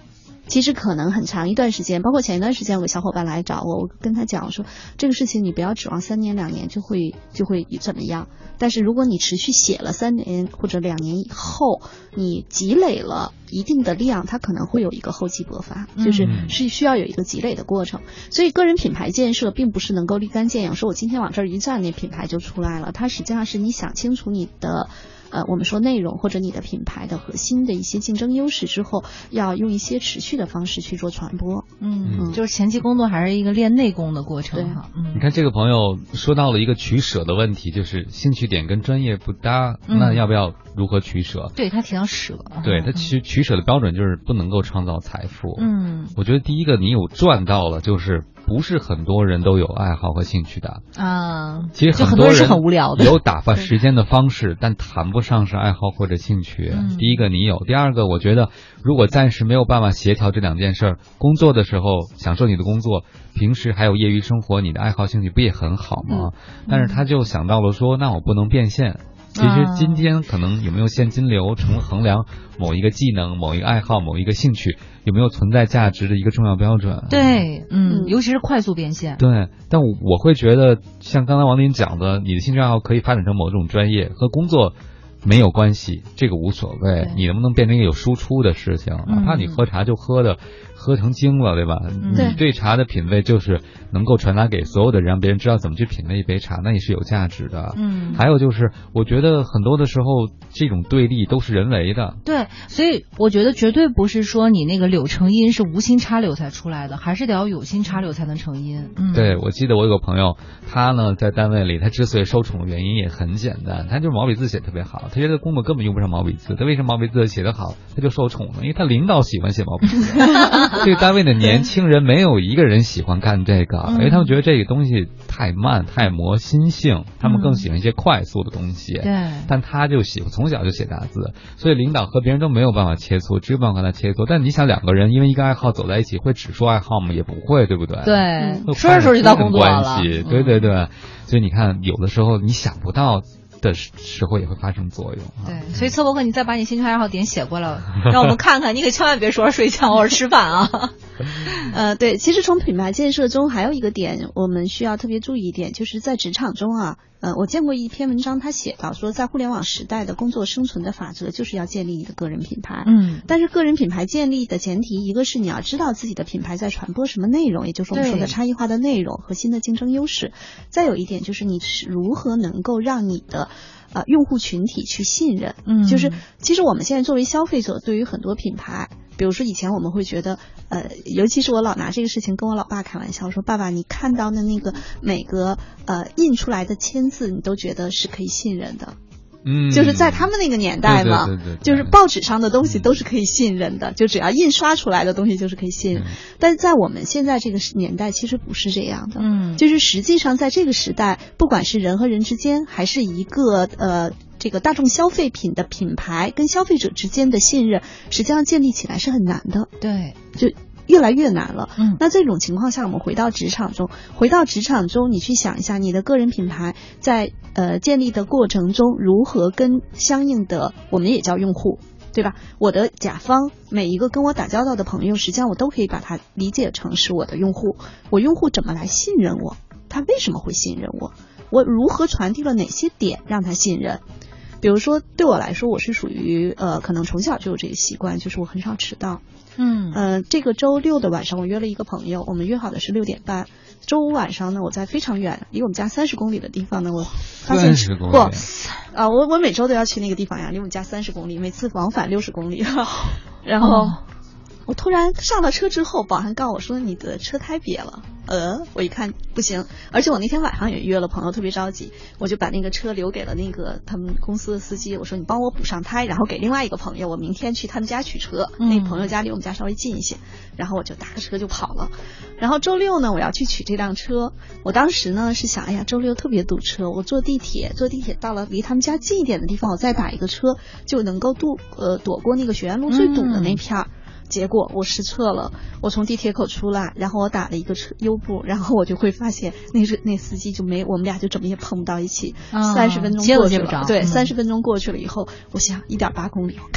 其实可能很长一段时间，包括前一段时间有个小伙伴来找我，我跟他讲说，这个事情你不要指望3年2年就会怎么样，但是如果你持续写了3年或者2年以后，你积累了一定的量，它可能会有一个厚积薄发，就是需要有一个积累的过程。所以个人品牌建设并不是能够立竿见影，说我今天往这儿一站，那品牌就出来了，它实际上是你想清楚你的我们说内容或者你的品牌的核心的一些竞争优势之后，要用一些持续的方式去做传播。 就是前期工作还是一个练内功的过程哈。 你看这个朋友说到了一个取舍的问题，就是兴趣点跟专业不搭，那要不要如何取舍？ 对，他提到舍。 对，他取舍的标准就是不能够创造财富。我觉得第一个你有赚到了，就是不是很多人都有爱好和兴趣的其实很多人是很无聊的， 有打发时间的方式，但谈不上是爱好或者兴趣。第一个你有，第二个我觉得如果暂时没有办法协调这2件事，工作的时候享受你的工作，平时还有业余生活，你的爱好兴趣不也很好吗？但是他就想到了说，那我不能变现。其实今天可能有没有现金流成衡量某一个技能、某一个爱好、某一个兴趣有没有存在价值的一个重要标准。 对，尤其是快速变现。 对，但我会觉得像刚才王林讲的，你的兴趣爱好可以发展成某种专业，和工作没有关系，这个无所谓。你能不能变成一个有输出的事情？哪怕你喝茶就喝成精了，对吧？你对茶的品味就是能够传达给所有的人，让别人知道怎么去品味一杯茶，那也是有价值的。还有就是我觉得很多的时候这种对立都是人为的。 对，所以我觉得绝对不是说你那个柳成荫是无心插柳才出来的，还是得要有心插柳才能成荫。 对，我记得我有个朋友，他呢在单位里，他之所以受宠的原因也很简单，他就是毛笔字写特别好，他觉得工作根本用不上毛笔字，他为什么毛笔字写得好他就受宠呢？因为他领导喜欢写毛笔字这个单位的年轻人没有一个人喜欢干这个，因为他们觉得这个东西太慢太磨心性，他们更喜欢一些快速的东西。 对， 但他就喜欢从小就写大字，所以领导和别人都没有办法切磋，只有办法和他切磋。但你想2个人因为一个爱好走在一起，会只说爱好吗？也不会，对不对？ 对，说着说着就到工作了。 对对对，所以你看有的时候你想不到的时候也会发生作用。 对，所以侧播客你再把你兴趣爱好点写过来，让我们看看。你可千万别说睡觉或者吃饭啊。 对，其实从品牌建设中还有一个点我们需要特别注意一点，就是在职场中我见过一篇文章，他写到说，在互联网时代的工作生存的法则就是要建立你的个人品牌。但是个人品牌建立的前提，一个是你要知道自己的品牌在传播什么内容，也就是我们说的差异化的内容和新的竞争优势。再有一点就是你是如何能够让你的用户群体去信任。就是其实我们现在作为消费者，对于很多品牌，比如说以前我们会觉得尤其是我老拿这个事情跟我老爸开玩笑，说爸爸你看到的那个每个印出来的签字你都觉得是可以信任的。就是在他们那个年代嘛，就是报纸上的东西都是可以信任的，就只要印刷出来的东西就是可以信任。但是在我们现在这个年代其实不是这样的。就是实际上在这个时代，不管是人和人之间，还是一个这个大众消费品的品牌跟消费者之间的信任，实际上建立起来是很难的。 对， 就越来越难了。那这种情况下，我们回到职场中，你去想一下，你的个人品牌在建立的过程中，如何跟相应的我们也叫用户，对吧？我的甲方每一个跟我打交道的朋友，实际上我都可以把它理解成是我的用户。我用户怎么来信任我？他为什么会信任我？我如何传递了哪些点让他信任？比如说对我来说，我是属于可能从小就有这个习惯，就是我很少迟到。这个周六的晚上我约了一个朋友，我们约好的是6点半。周五晚上呢，我在非常远，离我们家30公里的地方呢，我发现 30公里我每周都要去那个地方呀，离我们家30公里，每次往返60公里。然后我突然上了车之后，保安告我说你的车胎瘪了。我一看不行，而且我那天晚上也约了朋友，特别着急，我就把那个车留给了那个他们公司的司机，我说你帮我补上胎，然后给另外一个朋友，我明天去他们家取车。那个朋友家离我们家稍微近一些，然后我就打个车就跑了。然后周六呢，我要去取这辆车，我当时呢是想，哎呀，周六特别堵车，我坐地铁到了离他们家近一点的地方，我再打一个车就能够躲过那个学院路最堵的那片儿。结果我失策了，我从地铁口出来，然后我打了一个优步，然后我就会发现那司机就没，我们俩就怎么也碰不到一起。30分钟过去了，对，30分钟过去了以后，我想1.8公里，咔咔咔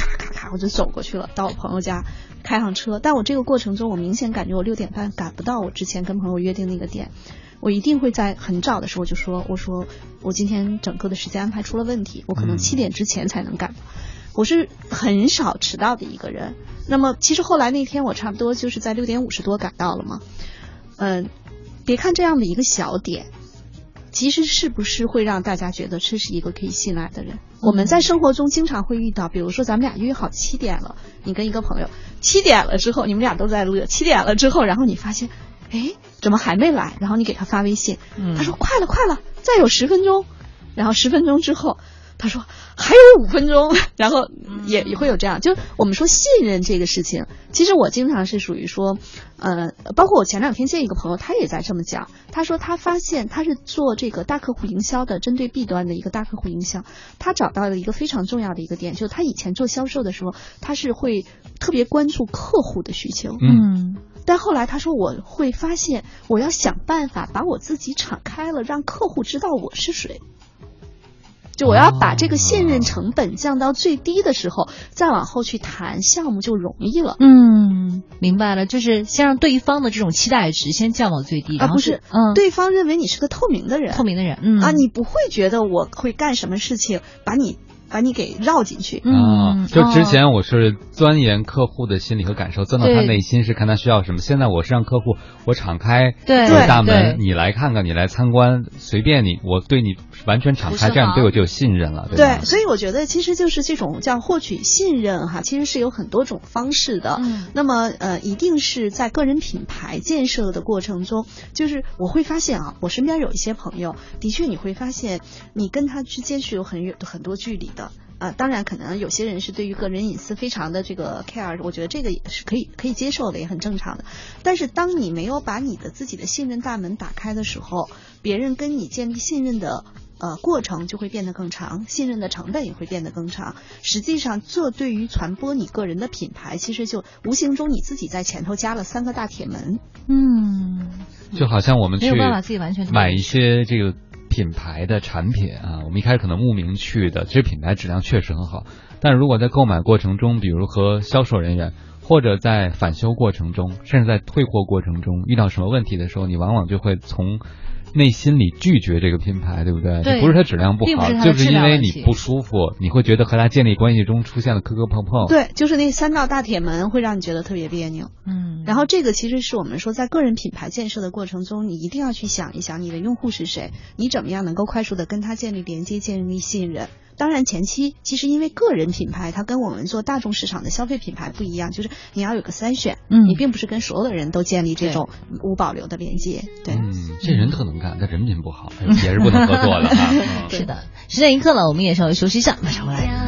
啪我就走过去了，到我朋友家开上车。但我这个过程中，我明显感觉我6点半赶不到我之前跟朋友约定那个点，我一定会在很早的时候就说，我说我今天整个的时间安排出了问题，我可能7点之前才能赶。我是很少迟到的一个人。那么其实后来那天我差不多就是在6点50多赶到了嘛。别看这样的一个小点，其实是不是会让大家觉得这是一个可以信赖的人？我们在生活中经常会遇到，比如说咱们俩约好7点了，你跟一个朋友7点了之后，你们俩都在乐，7点了之后，然后你发现，哎，怎么还没来？然后你给他发微信，他说快了，再有10分钟，然后10分钟之后，他说还有5分钟，然后也会有这样，就我们说信任这个事情，其实我经常是属于说，包括我前2天见一个朋友，他也在这么讲，他说他发现他是做这个大客户营销的，针对 B 端的一个大客户营销，他找到了一个非常重要的一个点，就是他以前做销售的时候，他是会特别关注客户的需求，但后来他说我会发现，我要想办法把我自己敞开了，让客户知道我是谁。就我要把这个信任成本降到最低的时候，再往后去谈项目就容易了。 明白了，就是先让对方的这种期待值先降到最低，然后不是，对方认为你是个透明的人，你不会觉得我会干什么事情把你给绕进去。 就之前我是钻研客户的心理和感受，钻到他内心，是看他需要什么。现在我是让客户，我敞开大门，你来看看，你来参观，随便你，我对你完全敞开，这样对我就有信任了。 对，所以我觉得其实就是这种叫获取信任哈，其实是有很多种方式的。那么一定是在个人品牌建设的过程中，就是我会发现啊，我身边有一些朋友，的确你会发现你跟他之间是有很多距离的。当然可能有些人是对于个人隐私非常的这个 care， 我觉得这个也是可以接受的，也很正常的。但是当你没有把你的自己的信任大门打开的时候，别人跟你建立信任的过程就会变得更长，信任的成本也会变得更长。实际上这对于传播你个人的品牌，其实就无形中你自己在前头加了3个大铁门。 就好像我们去没有办法自己完全买一些这个品牌的产品啊，我们一开始可能慕名去的，其实品牌质量确实很好，但如果在购买过程中，比如和销售人员或者在返修过程中，甚至在退货过程中遇到什么问题的时候，你往往就会从内心里拒绝这个品牌，对不对？ 对， 不是它质量不好，就是因为你不舒服，你会觉得和它建立关系中出现了磕磕碰碰。 对，就是那3道大铁门会让你觉得特别别扭。然后这个其实是我们说在个人品牌建设的过程中，你一定要去想一想你的用户是谁，你怎么样能够快速的跟他建立连接，建立信任。当然前期其实因为个人品牌它跟我们做大众市场的消费品牌不一样，就是你要有个筛选，你并不是跟所有的人都建立这种无保留的连接。对， 这人特能干，但人品不好也是不能合作的哈。 是的，时间一刻了，我们也稍微休息一下，马上回来。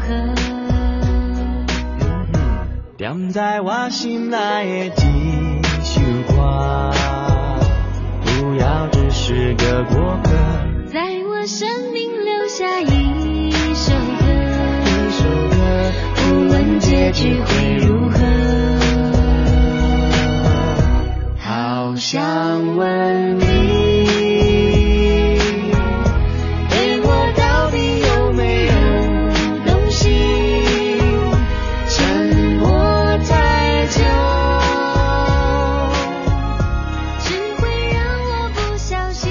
踮在我心内的这首歌，不要只是个过客， 在我生命留下一首歌，无论结局会如何， 好想问你，对我到底有没有动心？沉默太久， 只会让我不小心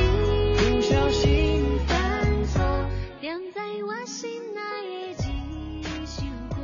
犯错，踮在我心内的这首歌，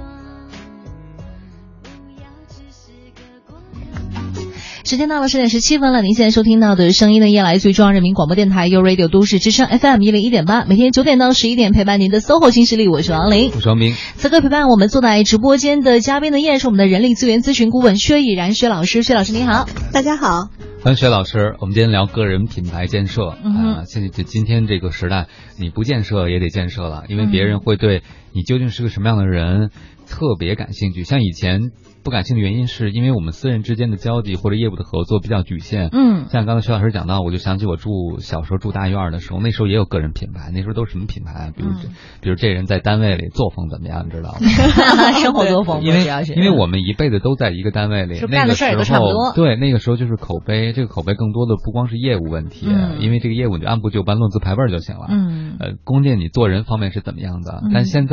不要只是个过客。 时间到了10点17分了，您现在收听到的声音呢，依然来自于中央人民广播电台 You Radio 都市之声 FM 101.8，每天9点到11点陪伴您的 SOHO 新势力，我是王琳， 我是王明。 此刻陪伴我们坐在直播间的嘉宾呢，依然是我们的人力资源咨询顾问薛逸然薛老师。薛老师您好。 大家好。 欢迎薛老师，我们今天聊个人品牌建设。现在今天这个时代，你不建设也得建设了，因为别人会对你究竟是个什么样的人特别感兴趣。像以前不感兴趣的原因是因为我们私人之间的交际或者业务的合作比较局限。像刚才薛老师讲到，我就想起我小时候住大院的时候，那时候也有个人品牌，那时候都是什么品牌啊？比如这人在单位里作风怎么样，你知道吗？ 生活作风， 因为我们一辈子都在一个单位里， 干的事儿都差不多。 对，那个时候就是口碑，这个口碑更多的不光是业务问题，因为这个业务你就按部就班、论资排辈就行了。关键你做人方面是怎么样的？但现在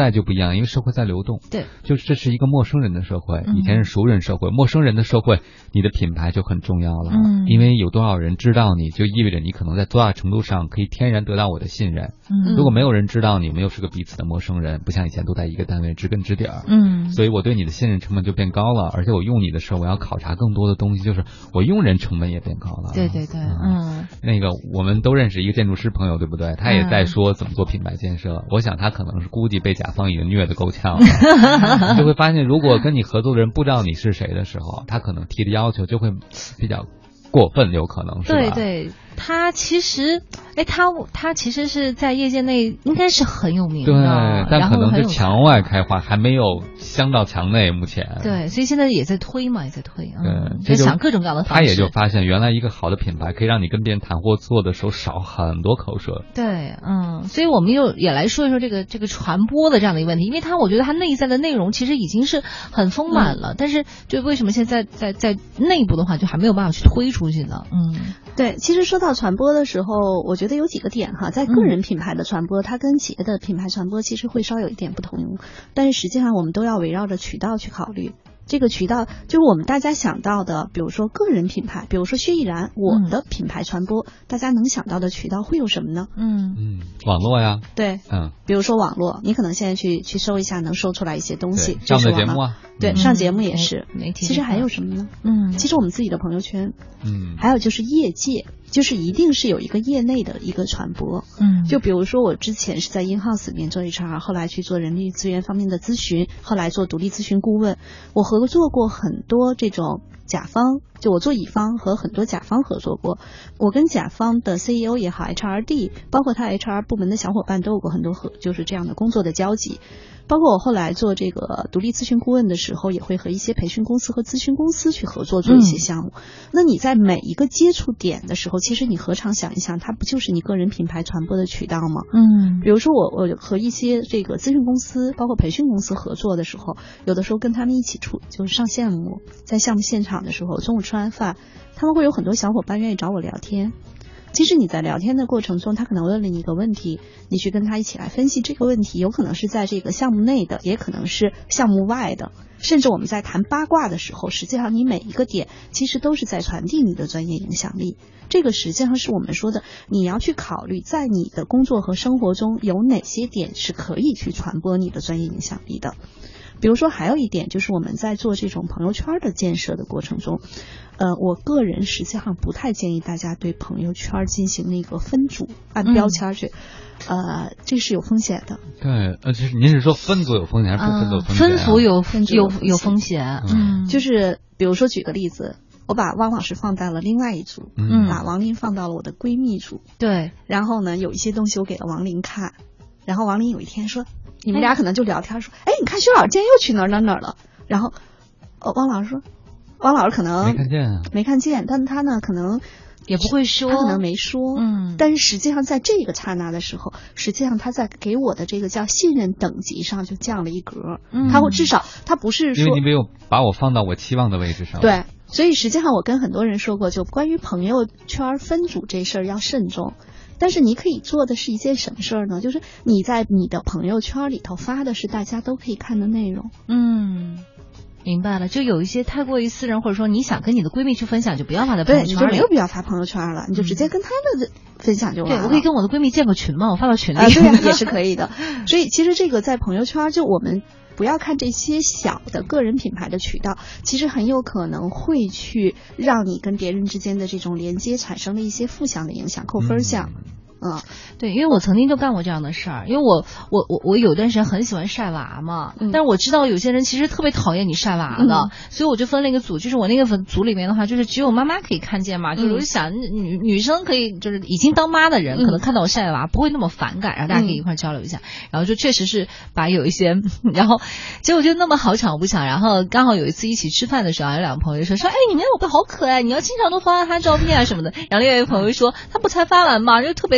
在就不一样，因为社会在流动。 对， 就是这是一个陌生人的社会，以前是熟人社会，陌生人的社会，你的品牌就很重要了。因为有多少人知道你，就意味着你可能在多大程度上可以天然得到我的信任。如果没有人知道你们又是个彼此的陌生人，不像以前都在一个单位知根知底儿。所以我对你的信任成本就变高了，而且我用你的时候我要考察更多的东西，就是我用人成本也变高了。 对， 那个我们都认识一个建筑师朋友，对不对？他也在说怎么做品牌建设。我想他可能是估计被甲方已经虐得够呛了。你就会发现，如果跟你合作的人不知道你是谁的时候，他可能提的要求就会比较过分，有可能是吧？ 对。他其实，他其实是在业界内应该是很有名的， 对，但可能是墙外开花，还没有镶到墙内。目前， 对，所以现在也在推嘛， 对， 在想各种各样的方式。 他也就发现，原来一个好的品牌可以让你跟别人谈或做的时候少很多口舌。 对，所以我们也来说一说这个传播的这样的一个问题，因为我觉得它内在的内容其实已经是很丰满了，但是就为什么现在在内部的话就还没有办法去推出去呢？ 对，其实说到传播的时候，我觉得有几个点哈，在个人品牌的传播，它跟企业的品牌传播其实会稍有一点不同，但是实际上我们都要围绕着渠道去考虑。这个渠道就是我们大家想到的，比如说个人品牌，比如说薛逸然，我的品牌传播，大家能想到的渠道会有什么呢？ 网络呀。 对，比如说网络，你可能现在去搜一下，能搜出来一些东西。 上的节目啊。 对，上节目也是。 媒体。 其实还有什么呢？其实我们自己的朋友圈。还有就是业界，就是一定是有一个业内的一个传播。就比如说我之前是在 InHouse 里面做 HR， 后来去做人力资源方面的咨询，后来做独立咨询顾问，我合作过很多这种甲方，就我做乙方和很多甲方合作过，我跟甲方的 CEO 也好 HRD， 包括他 HR 部门的小伙伴都有过很多就是这样的工作的交集。包括我后来做这个独立咨询顾问的时候，也会和一些培训公司和咨询公司去合作做一些项目。那你在每一个接触点的时候，其实你何尝想一想，它不就是你个人品牌传播的渠道吗？比如说我和一些这个咨询公司包括培训公司合作的时候，有的时候跟他们一起就是上项目，在项目现场的时候，中午吃完饭，他们会有很多小伙伴愿意找我聊天。其实你在聊天的过程中，他可能问了你一个问题，你去跟他一起来分析这个问题，有可能是在这个项目内的，也可能是项目外的，甚至我们在谈八卦的时候，实际上你每一个点其实都是在传递你的专业影响力。这个实际上是我们说的，你要去考虑在你的工作和生活中有哪些点是可以去传播你的专业影响力的。比如说还有一点就是我们在做这种朋友圈的建设的过程中，我个人实际上不太建议大家对朋友圈进行那个分组按标签去，这是有风险的。 对，就是您是说分组有风险还是不分组有风险？ 分组有风险。 就是比如说举个例子，我把汪老师放到了另外一组，把王琳放到了我的闺蜜组。 对， 然后呢，有一些东西我给了王琳看，然后王琳有一天说，你们俩可能就聊天说，你看薛老师今天又去哪儿了，然后汪老师说，汪老师可能没看见，但他呢可能也不会说， 他可能没说，但是实际上在这个刹那的时候，实际上他在给我的这个叫信任等级上就降了一格，他会至少他不是说， 因为你没有把我放到我期望的位置上。 对，所以实际上我跟很多人说过，就关于朋友圈分组这事儿要慎重。但是你可以做的是一件什么事儿呢？就是你在你的朋友圈里头发的是大家都可以看的内容。 明白了，就有一些太过于私人，或者说你想跟你的闺蜜去分享，就不要发在朋友圈里。 对，你就没有必要发朋友圈了，你就直接跟他们分享就完了。 对，我可以跟我的闺蜜建个群嘛，我发到群里。 对，也是可以的。所以其实这个在朋友圈，就我们不要看这些小的个人品牌的渠道，其实很有可能会去让你跟别人之间的这种连接产生了一些负向的影响，扣分项。 对，因为我曾经就干过这样的事儿，因为我有段时间很喜欢晒娃嘛，但是我知道有些人其实特别讨厌你晒娃的，所以我就分了一个组，就是我那个组里面的话，就是只有妈妈可以看见嘛，就是我想女生可以，就是已经当妈的人可能看到我晒娃不会那么反感，然后大家可以一块交流一下，然后就确实是把有一些，然后结果就那么好巧不巧，然后刚好有一次一起吃饭的时候，有两个朋友就说你们宝贝好可爱，你要经常多发发他照片啊什么的，然后另外一个朋友说他不才发完嘛，就特别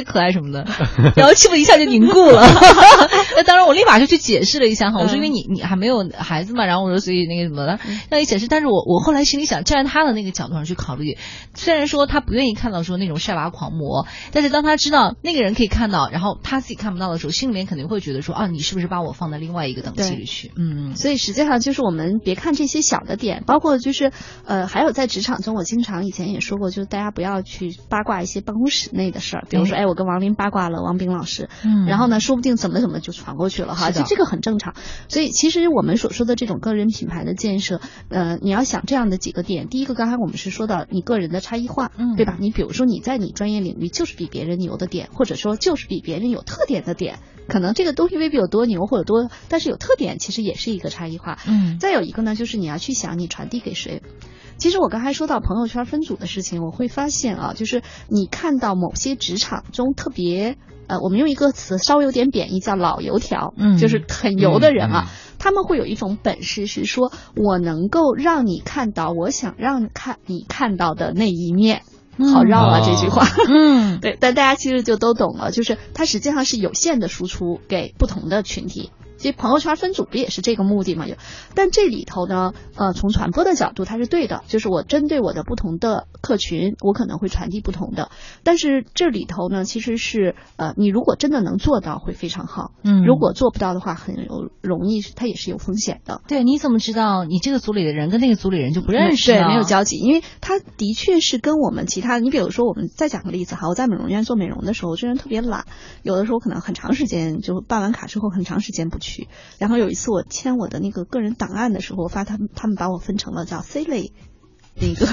可爱什么的，然后气氛一下就凝固了。那当然我立马就去解释了一下哈，我说因为你还没有孩子嘛，然后我说所以那个什么的让你解释，但是我后来心里想，站在他的那个角度上去考虑，虽然说他不愿意看到说那种晒娃狂魔，但是当他知道那个人可以看到，然后他自己看不到的时候，心里面肯定会觉得说啊，你是不是把我放在另外一个等级里去？ 所以实际上就是我们别看这些小的点，包括就是还有在职场中，我经常以前也说过，就是大家不要去八卦一些办公室内的事儿，比如说我跟王林八卦了王斌老师，然后呢说不定怎么就传过去了哈，就这个很正常。所以其实我们所说的这种个人品牌的建设，你要想这样的几个点，第一个刚才我们是说到你个人的差异化，对吧？你比如说你在你专业领域就是比别人牛的点，或者说就是比别人有特点的点，可能这个东西未必有多牛或者多，但是有特点其实也是一个差异化。再有一个呢，就是你要去想你传递给谁。其实我刚才说到朋友圈分组的事情，我会发现啊，就是你看到某些职场中特别我们用一个词稍微有点贬义叫老油条，就是很油的人啊，他们会有一种本事是说我能够让你看到我想让你看到的那一面。好绕啊这句话，对，但大家其实就都懂了，就是它实际上是有限的输出给不同的群体。其实朋友圈分组不也是这个目的吗？但这里头呢，从传播的角度它是对的，就是我针对我的不同的客群，我可能会传递不同的。但是这里头呢，其实是你如果真的能做到会非常好，如果做不到的话，很容易它也是有风险的。 对，你怎么知道你这个组里的人跟那个组里人就不认识？ 对，没有交集，因为他的确是跟我们其他，你比如说我们再讲个例子哈，我在美容院做美容的时候，我这人特别懒，有的时候可能很长时间就办完卡之后很长时间不去。然后有一次我签我的那个个人档案的时候，我发他们把我分成了叫 C 类那个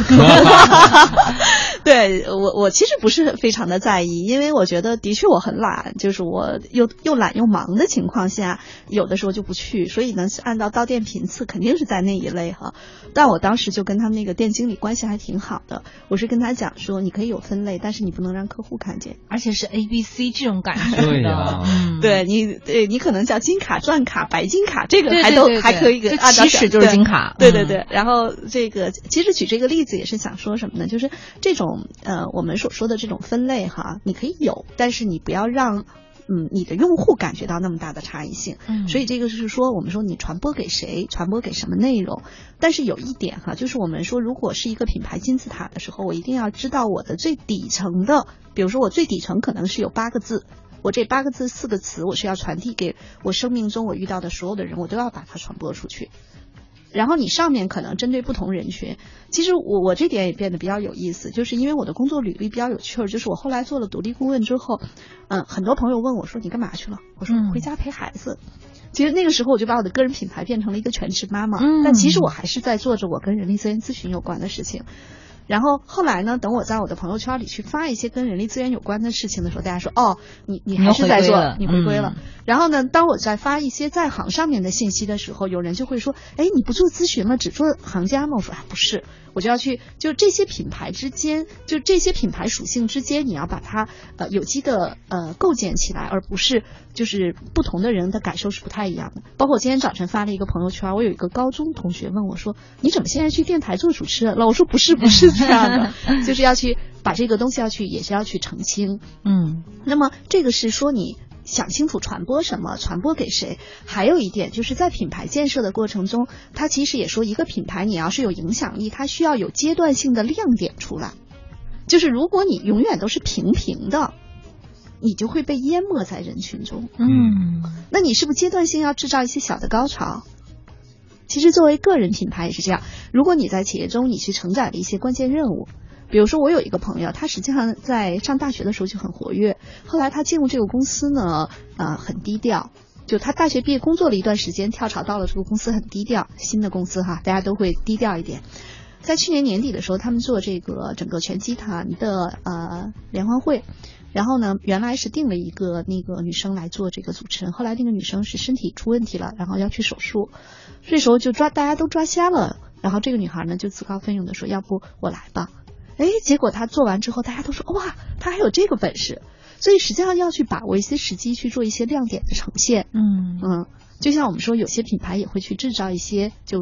对，我其实不是非常的在意，因为我觉得的确我很懒，就是我又懒又忙的情况下，有的时候就不去，所以呢按照到店频次肯定是在那一类哈。但我当时就跟他们那个店经理关系还挺好的，我是跟他讲说你可以有分类，但是你不能让客户看见， 而且是 ABC 这种感觉的。 对呀， 对你可能叫金卡、钻卡、白金卡，这个还可以按照起始就是金卡。 对，然后这个其实举这个例子也是想说什么呢？就是这种我们所说的这种分类哈，你可以有，但是你不要让你的用户感觉到那么大的差异性。所以这个是说我们说你传播给谁，传播给什么内容。但是有一点哈，就是我们说如果是一个品牌金字塔的时候，我一定要知道我的最底层的，比如说我最底层可能是有8个字，我这8个字4个词我是要传递给我生命中我遇到的所有的人，我都要把它传播出去。然后你上面可能针对不同人群，其实我这点也变得比较有意思，就是因为我的工作履历比较有趣儿，就是我后来做了独立顾问之后，很多朋友问我说你干嘛去了？我说回家陪孩子。其实那个时候我就把我的个人品牌变成了一个全职妈妈，但其实我还是在做着我跟人力资源咨询有关的事情。然后后来呢，等我在我的朋友圈里去发一些跟人力资源有关的事情的时候，大家说哦，你还是在做，你回归了。然后呢，当我在发一些在行上面的信息的时候，有人就会说，哎，你不做咨询了，只做行家吗？我说不是，我就要去，就这些品牌之间，就这些品牌属性之间，你要把它有机的构建起来，而不是就是不同的人的感受是不太一样的。包括我今天早晨发了一个朋友圈，我有一个高中同学问我说，你怎么现在去电台做主持人了？我说不是这样的，就是要去把这个东西也是要去澄清。那么这个是说你想清楚传播什么，传播给谁。还有一点就是在品牌建设的过程中，它其实也说一个品牌你要是有影响力，它需要有阶段性的亮点出来。就是如果你永远都是平的，你就会被淹没在人群中。那你是不是阶段性要制造一些小的高潮？其实作为个人品牌也是这样，如果你在企业中你去承载了一些关键任务，比如说我有一个朋友，他实际上在上大学的时候就很活跃，后来他进入这个公司呢很低调，就他大学毕业工作了一段时间，跳槽到了这个公司很低调，新的公司哈，大家都会低调一点。在去年年底的时候，他们做这个整个全集团的联欢会，然后呢原来是定了一个那个女生来做这个主持人，后来那个女生是身体出问题了，然后要去手术，这时候就大家都抓瞎了，然后这个女孩呢就自告奋勇的说要不我来吧。结果他做完之后大家都说哇他还有这个本事，所以实际上要去把握一些时机去做一些亮点的呈现。就像我们说有些品牌也会去制造一些就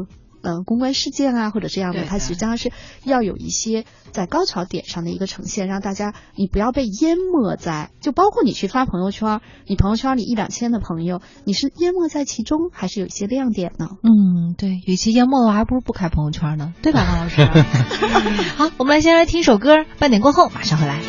公关事件啊或者这样的，它实际上是要有一些在高潮点上的一个呈现，让大家你不要被淹没在，就包括你去发朋友圈，你朋友圈里1-2千的朋友，你是淹没在其中，还是有一些亮点呢？ 对，与其淹没的话，还不如不开朋友圈呢，对吧，王老师？好，我们来先来听首歌，半点过后马上回来。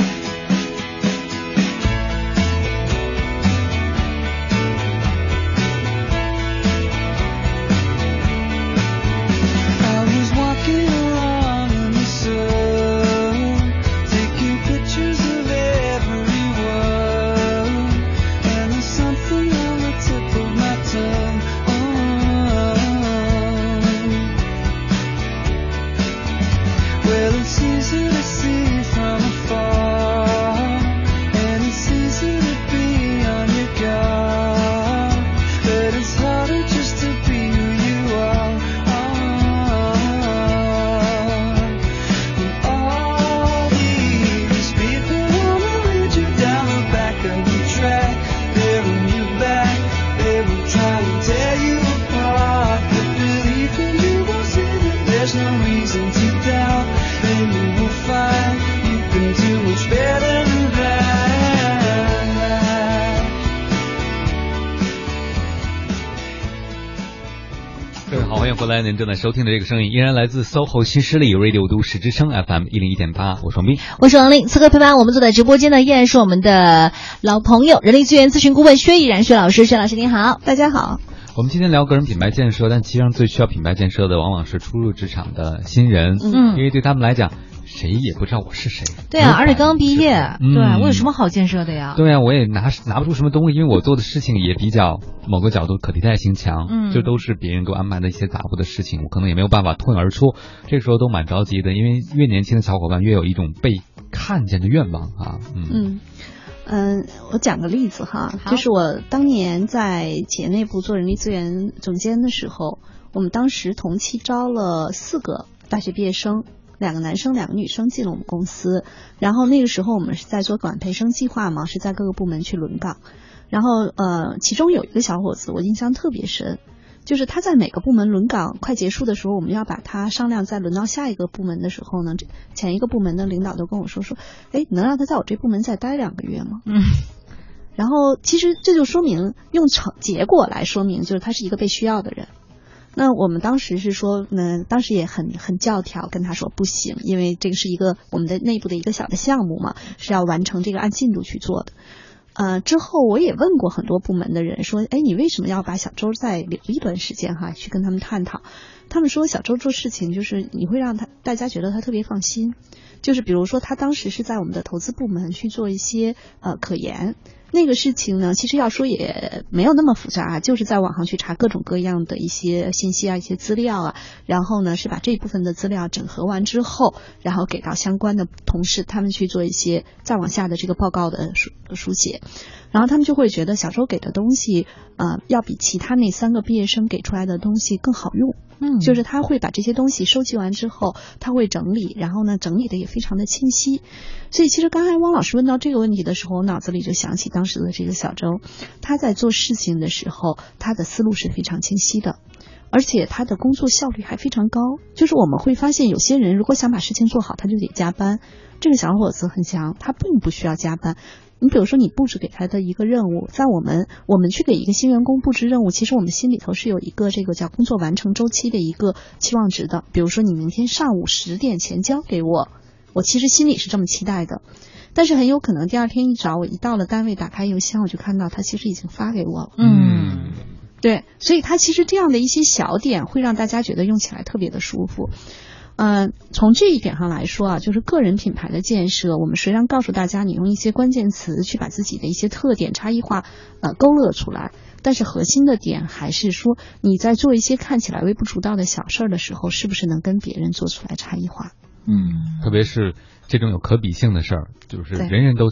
回来，您正在收听的这个声音依然来自 SOHO 新势力 Radio 都市之声 FM 101.8，我是王斌， 我是王丽。此刻陪伴我们坐在直播间的依然是我们的老朋友，人力资源咨询顾问薛逸然薛老师。薛老师您好。 大家好。 我们今天聊个人品牌建设，但其实上最需要品牌建设的往往是初入职场的新人，因为对他们来讲谁也不知道我是谁。 对啊，而且刚刚毕业，对我有什么好建设的呀？ 对啊，我也拿不出什么东西，因为我做的事情也比较某个角度可替代性强，这都是别人给我安排的一些杂物的事情，我可能也没有办法脱颖而出。这个时候都蛮着急的，因为越年轻的小伙伴越有一种被看见的愿望啊。 我讲个例子哈，就是我当年在企业内部做人力资源总监的时候，我们当时同期招了4个大学毕业生，2个男生2个女生进了我们公司，然后那个时候我们是在做管培生计划嘛，是在各个部门去轮岗，然后其中有一个小伙子我印象特别深，就是他在每个部门轮岗快结束的时候，我们要把他商量再轮到下一个部门的时候呢，前一个部门的领导都跟我说，能让他在我这部门再待2个月吗？然后其实这就说明用结果来说明，就是他是一个被需要的人。那我们当时是说呢，当时也很教条跟他说不行，因为这个是一个我们的内部的一个小的项目嘛，是要完成这个按进度去做的。之后我也问过很多部门的人说，你为什么要把小周再留一段时间哈，去跟他们探讨。他们说小周做事情就是你会让大家觉得他特别放心，就是比如说他当时是在我们的投资部门去做一些科研。那个事情呢，其实要说也没有那么复杂啊，就是在网上去查各种各样的一些信息啊，一些资料啊，然后呢是把这一部分的资料整合完之后，然后给到相关的同事，他们去做一些再往下的这个报告的书写，然后他们就会觉得小周给的东西要比其他那3个毕业生给出来的东西更好用。就是他会把这些东西收集完之后，他会整理，然后呢整理的也非常的清晰。所以其实刚才汪老师问到这个问题的时候，我脑子里就想起当时的这个小周，他在做事情的时候，他的思路是非常清晰的，而且他的工作效率还非常高。就是我们会发现有些人如果想把事情做好，他就得加班，这个小伙子很强，他并不需要加班。你比如说你布置给他的一个任务，在我们去给一个新员工布置任务，其实我们心里头是有一个这个叫工作完成周期的一个期望值的。比如说你明天上午10点前交给我其实心里是这么期待的，但是很有可能第二天一早我一到了单位，打开邮箱我就看到他其实已经发给我了。对，所以他其实这样的一些小点会让大家觉得用起来特别的舒服。从这一点上来说啊，就是个人品牌的建设，我们实际上告诉大家，你用一些关键词去把自己的一些特点差异化勾勒出来，但是核心的点还是说你在做一些看起来微不足道的小事的时候，是不是能跟别人做出来差异化。 特别是这种有可比性的事儿，就是人人都去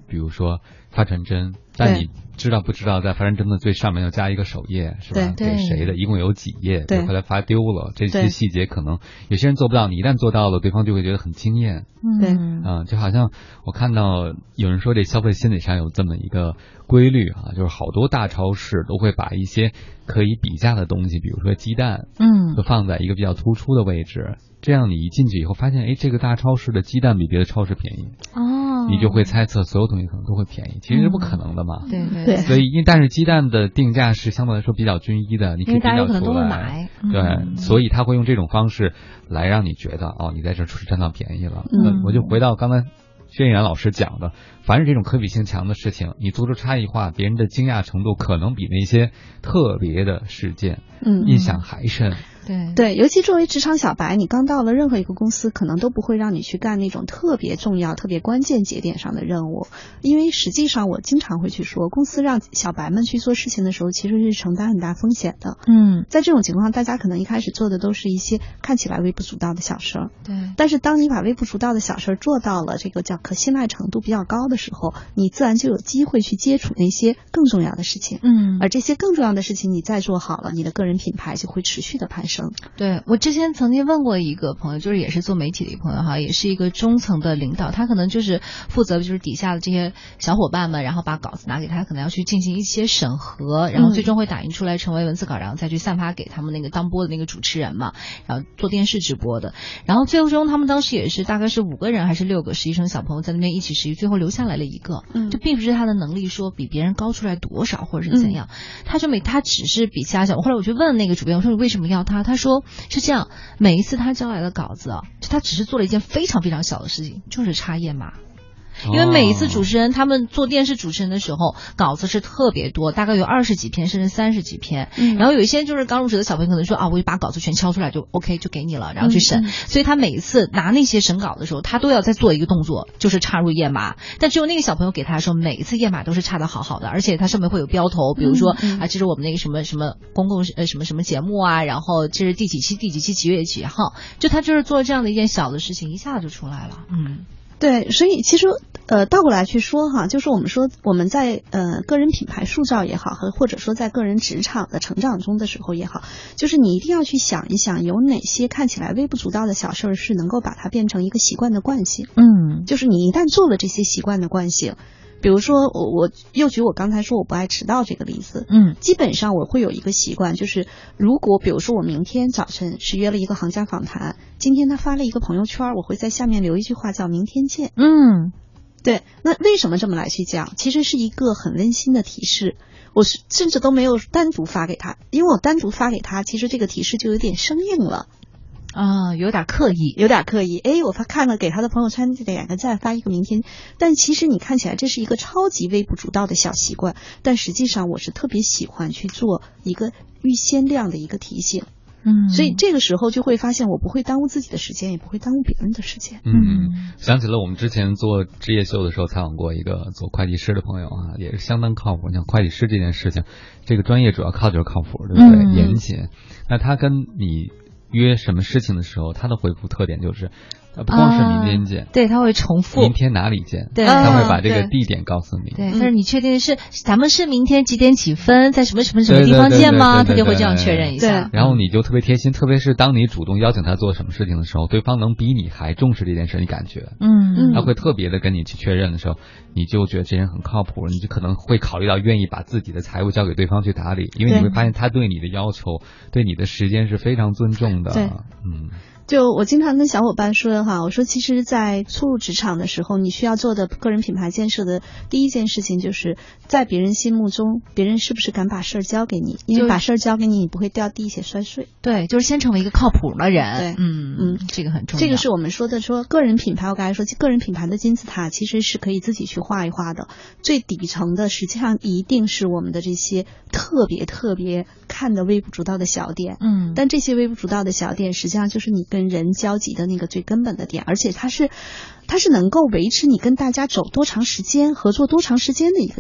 比如说发传真，但你知道不知道在发传真的最上面要加一个首页，是吧？给谁的，一共有几页，对，后来发丢了，这些细节可能有些人做不到，你一旦做到了，对方就会觉得很惊艳。 对， 就好像我看到有人说这消费心理上有这么一个规律啊，就是好多大超市都会把一些可以比价的东西，比如说鸡蛋，就放在一个比较突出的位置，这样你一进去以后发现，哎，这个大超市的鸡蛋比别的超市便宜，你就会猜测所有东西可能都会便宜，其实是不可能的嘛。 对， 所以但是鸡蛋的定价是相对来说比较均一的，你可以比较出来，因为大家可能都会买，对，所以他会用这种方式来让你觉得你在这是占到便宜了。我就回到刚才薛逸然老师讲的，凡是这种可比性强的事情，你做出差异化，别人的惊讶程度可能比那些特别的事件印象还深。 对，尤其作为职场小白，你刚到了任何一个公司，可能都不会让你去干那种特别重要、特别关键节点上的任务，因为实际上我经常会去说，公司让小白们去做事情的时候，其实是承担很大风险的。在这种情况，大家可能一开始做的都是一些看起来微不足道的小事儿。 对， 但是当你把微不足道的小事儿做到了这个叫可信赖程度比较高的时候，你自然就有机会去接触那些更重要的事情。而这些更重要的事情你再做好了，你的个人品牌就会持续的攀升。 对，我之前曾经问过一个朋友，就是也是做媒体的一个朋友哈，也是一个中层的领导，他可能就是负责就是底下的这些小伙伴们，然后把稿子拿给他，可能要去进行一些审核，然后最终会打印出来成为文字稿，然后再去散发给他们那个当播的那个主持人嘛，然后做电视直播的。然后最终他们当时也是大概是5个人还是6个实习生小朋友在那边一起实习，最后留下来了一个，这并不是他的能力说比别人高出来多少或者是怎样，他只是比其他小。后来我去问那个主编，我说你为什么要他？他说是这样，每一次他交来的稿子就他只是做了一件非常非常小的事情，就是插页码。因为每一次主持人他们做电视主持人的时候，稿子是特别多，大概有20几篇甚至30几篇，然后有一些就是刚入职的小朋友可能说我就把稿子全敲出来就 OK 就给你了，然后去审，所以他每一次拿那些审稿的时候，他都要再做一个动作，就是插入页码。但只有那个小朋友给他的时候，每一次页码都是插得好好的，而且它上面会有标头，比如说这是我们那个什么什么公共什么什么节目啊，然后这是第几期几月几号，就他就是做这样的一件小的事情，一下就出来了。 对，所以其实倒过来去说哈，就是我们说我们在个人品牌塑造也好，或者说在个人职场的成长中的时候也好，就是你一定要去想一想，有哪些看起来微不足道的小事儿是能够把它变成一个习惯的惯性。就是你一旦做了这些习惯的惯性。比如说我又举我刚才说我不爱迟到这个例子，基本上我会有一个习惯，就是如果比如说我明天早晨是约了一个行家访谈，今天他发了一个朋友圈，我会在下面留一句话叫明天见。对，那为什么这么来去讲？其实是一个很温馨的提示，我甚至都没有单独发给他，因为我单独发给他，其实这个提示就有点生硬了。 有点刻意。 我看了给他的朋友圈2个赞，发一个明天，但其实你看起来这是一个超级微不足道的小习惯，但实际上我是特别喜欢去做一个预先亮的一个提醒。所以这个时候就会发现我不会耽误自己的时间，也不会耽误别人的时间。 想起了我们之前做职业秀的时候采访过一个做会计师的朋友啊，也是相当靠谱。像会计师这件事情，这个专业主要靠就是靠谱，对不对？严谨。那他跟你约什么事情的时候，他的回复特点就是不光是明天见， 对，他会重复明天哪里见， 对， 他会把这个地点告诉你。 对，但是你确定是咱们是明天几点几分在什么地方见吗？他就会这样确认一下。 然后你就特别贴心，特别是当你主动邀请他做什么事情的时候，对方能比你还重视这件事，你感觉他会特别的跟你去确认的时候，你就觉得这人很靠谱，你就可能会考虑到愿意把自己的财务交给对方去打理，因为你会发现他对你的要求，对你的时间是非常尊重的。 就我经常跟小伙伴说的话，我说其实在初入职场的时候，你需要做的个人品牌建设的第一件事情，就是在别人心目中，别人是不是敢把事儿交给你，因为把事儿交给你，你不会掉地下摔碎。 对，就是先成为一个靠谱的人。对，这个很重要。 这个是我们说的个人品牌，我刚才说个人品牌的金字塔其实是可以自己去画一画的，最底层的实际上一定是我们的这些特别看的微不足道的小点。但这些微不足道的小点实际上就是你跟人交集的那个最根本的点，而且它是能够维持你跟大家走多长时间、合作多长时间的一个点。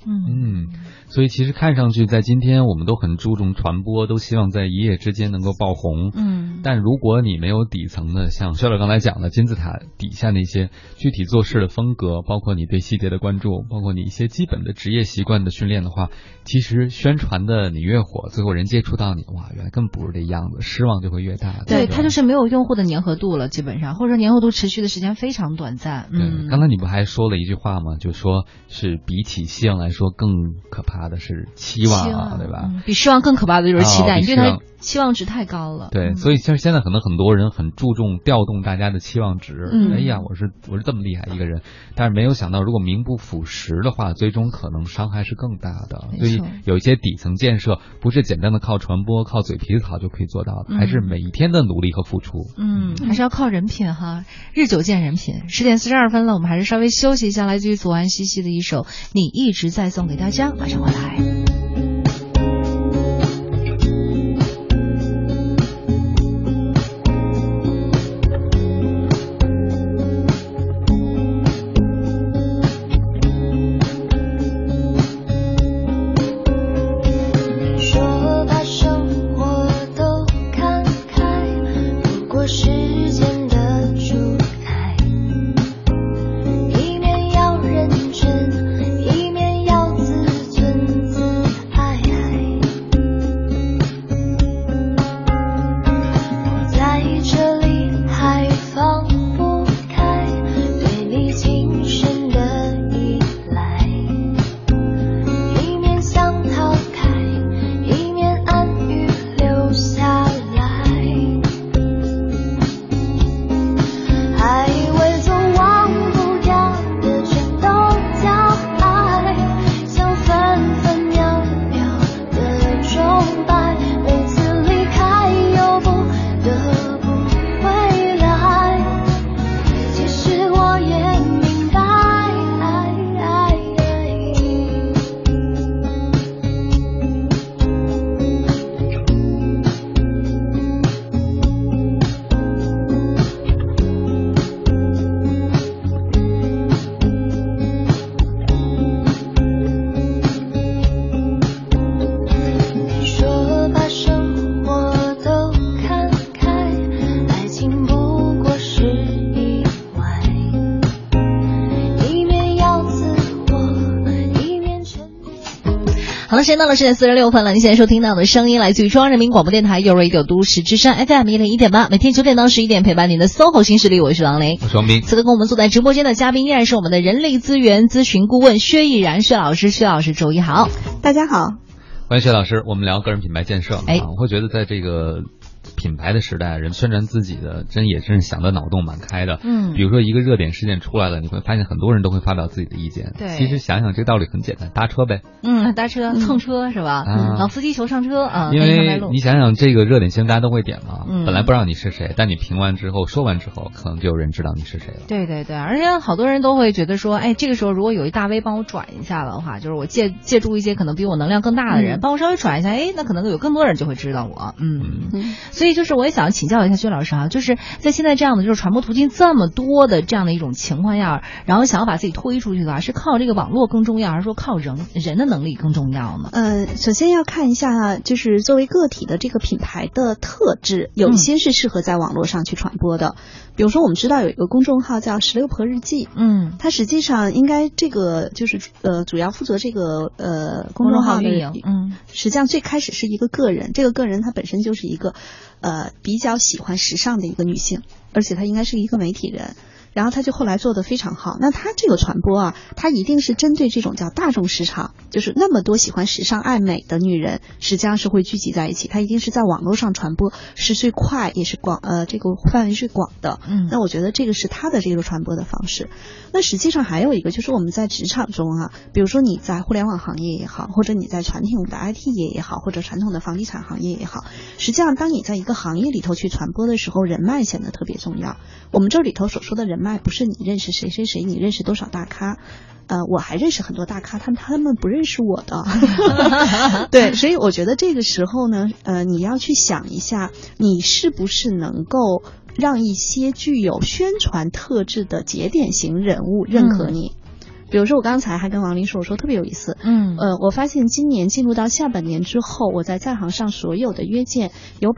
所以其实看上去在今天我们都很注重传播，都希望在一夜之间能够爆红。但如果你没有底层的，像薛老刚才讲的金字塔底下那些具体做事的风格，包括你对细节的关注，包括你一些基本的职业习惯的训练的话，其实宣传的你越火，最后人接触到你，哇，原来根本不是这样子，失望就会越大。 对，它就是没有用户的粘合度了，基本上，或者粘合度持续的时间非常短暂。 刚才你不还说了一句话吗？就说是比起希望来说更可怕的是期望，对吧？ 比失望更可怕的就是期待，你对它期望值太高了。 对，所以就是现在可能很多人很注重调动大家的期望值。哎呀，我是这么厉害一个人，但是没有想到，如果名不副实的话，最终可能伤害是更大的。所以有一些底层建设不是简单的靠传播、靠嘴皮子好就可以做到的，还是每一天的努力和付出。 还是要靠人品哈，日久见人品。10:42了，我们还是稍微休息一下，来自于左岸西西的一首《你一直在》送给大家，马上回来。时间到了10:46了，您现在收听到的声音来自于中央人民广播电台 You Radio 都市之声 FM 101.8，每天9点到11点陪伴您的 SOHO 新势力，我是王琳， 我是王斌。 此刻跟我们坐在直播间的嘉宾依然是我们的人力资源咨询顾问薛毅然薛老师，薛老师周一好。 大家好， 欢迎薛老师。我们聊个人品牌建设我会觉得在这个品牌的时代，人宣传自己的也是想的脑洞蛮开的。比如说一个热点事件出来了，你会发现很多人都会发表自己的意见。 对， 其实想想这个道理很简单，搭车呗。 搭车蹭车是吧？老司机求上车啊。 因为你想想这个热点新闻大家都会点嘛。本来不知道你是谁，但你评完之后说完之后，可能就有人知道你是谁了。 对对对，而且好多人都会觉得说，哎，这个时候如果有一大 V 帮我转一下的话，就是我借助一些可能比我能量更大的人帮我稍微转一下，哎，那可能有更多人就会知道我。所以就是我也想请教一下薛老师啊，就是在现在这样的就是传播途径这么多的这样的一种情况下，然后想要把自己推出去的话，是靠这个网络更重要，还是说靠人的能力更重要呢？ 首先要看一下，就是作为个体的这个品牌的特质，有一些是适合在网络上去传播的。比如说我们知道有一个公众号叫16婆日记，它实际上应该这个就是主要负责这个公众号运营， 实际上最开始是一个个人，这个个人她本身就是一个比较喜欢时尚的一个女性，而且她应该是一个媒体人。然后他就后来做得非常好。那他这个传播啊，他一定是针对这种叫大众市场，就是那么多喜欢时尚爱美的女人，实际上是会聚集在一起。他一定是在网络上传播，是最快也是这个范围最广的。那我觉得这个是他的这个传播的方式。那实际上还有一个就是我们在职场中啊，比如说你在互联网行业也好，或者你在传统的 IT 业也好，或者传统的房地产行业也好，实际上当你在一个行业里头去传播的时候，人脉显得特别重要。我们这里头所说的人脉，不是你认识谁谁谁，你认识多少大咖，我还认识很多大咖，他们不认识我的。对，所以我觉得这个时候呢，你要去想一下，你是不是能够让一些具有宣传特质的节点型人物认可你。 比如说我刚才还跟王林说，我说特别有意思，我发现今年进入到下半年之后，我在行上所有的约见有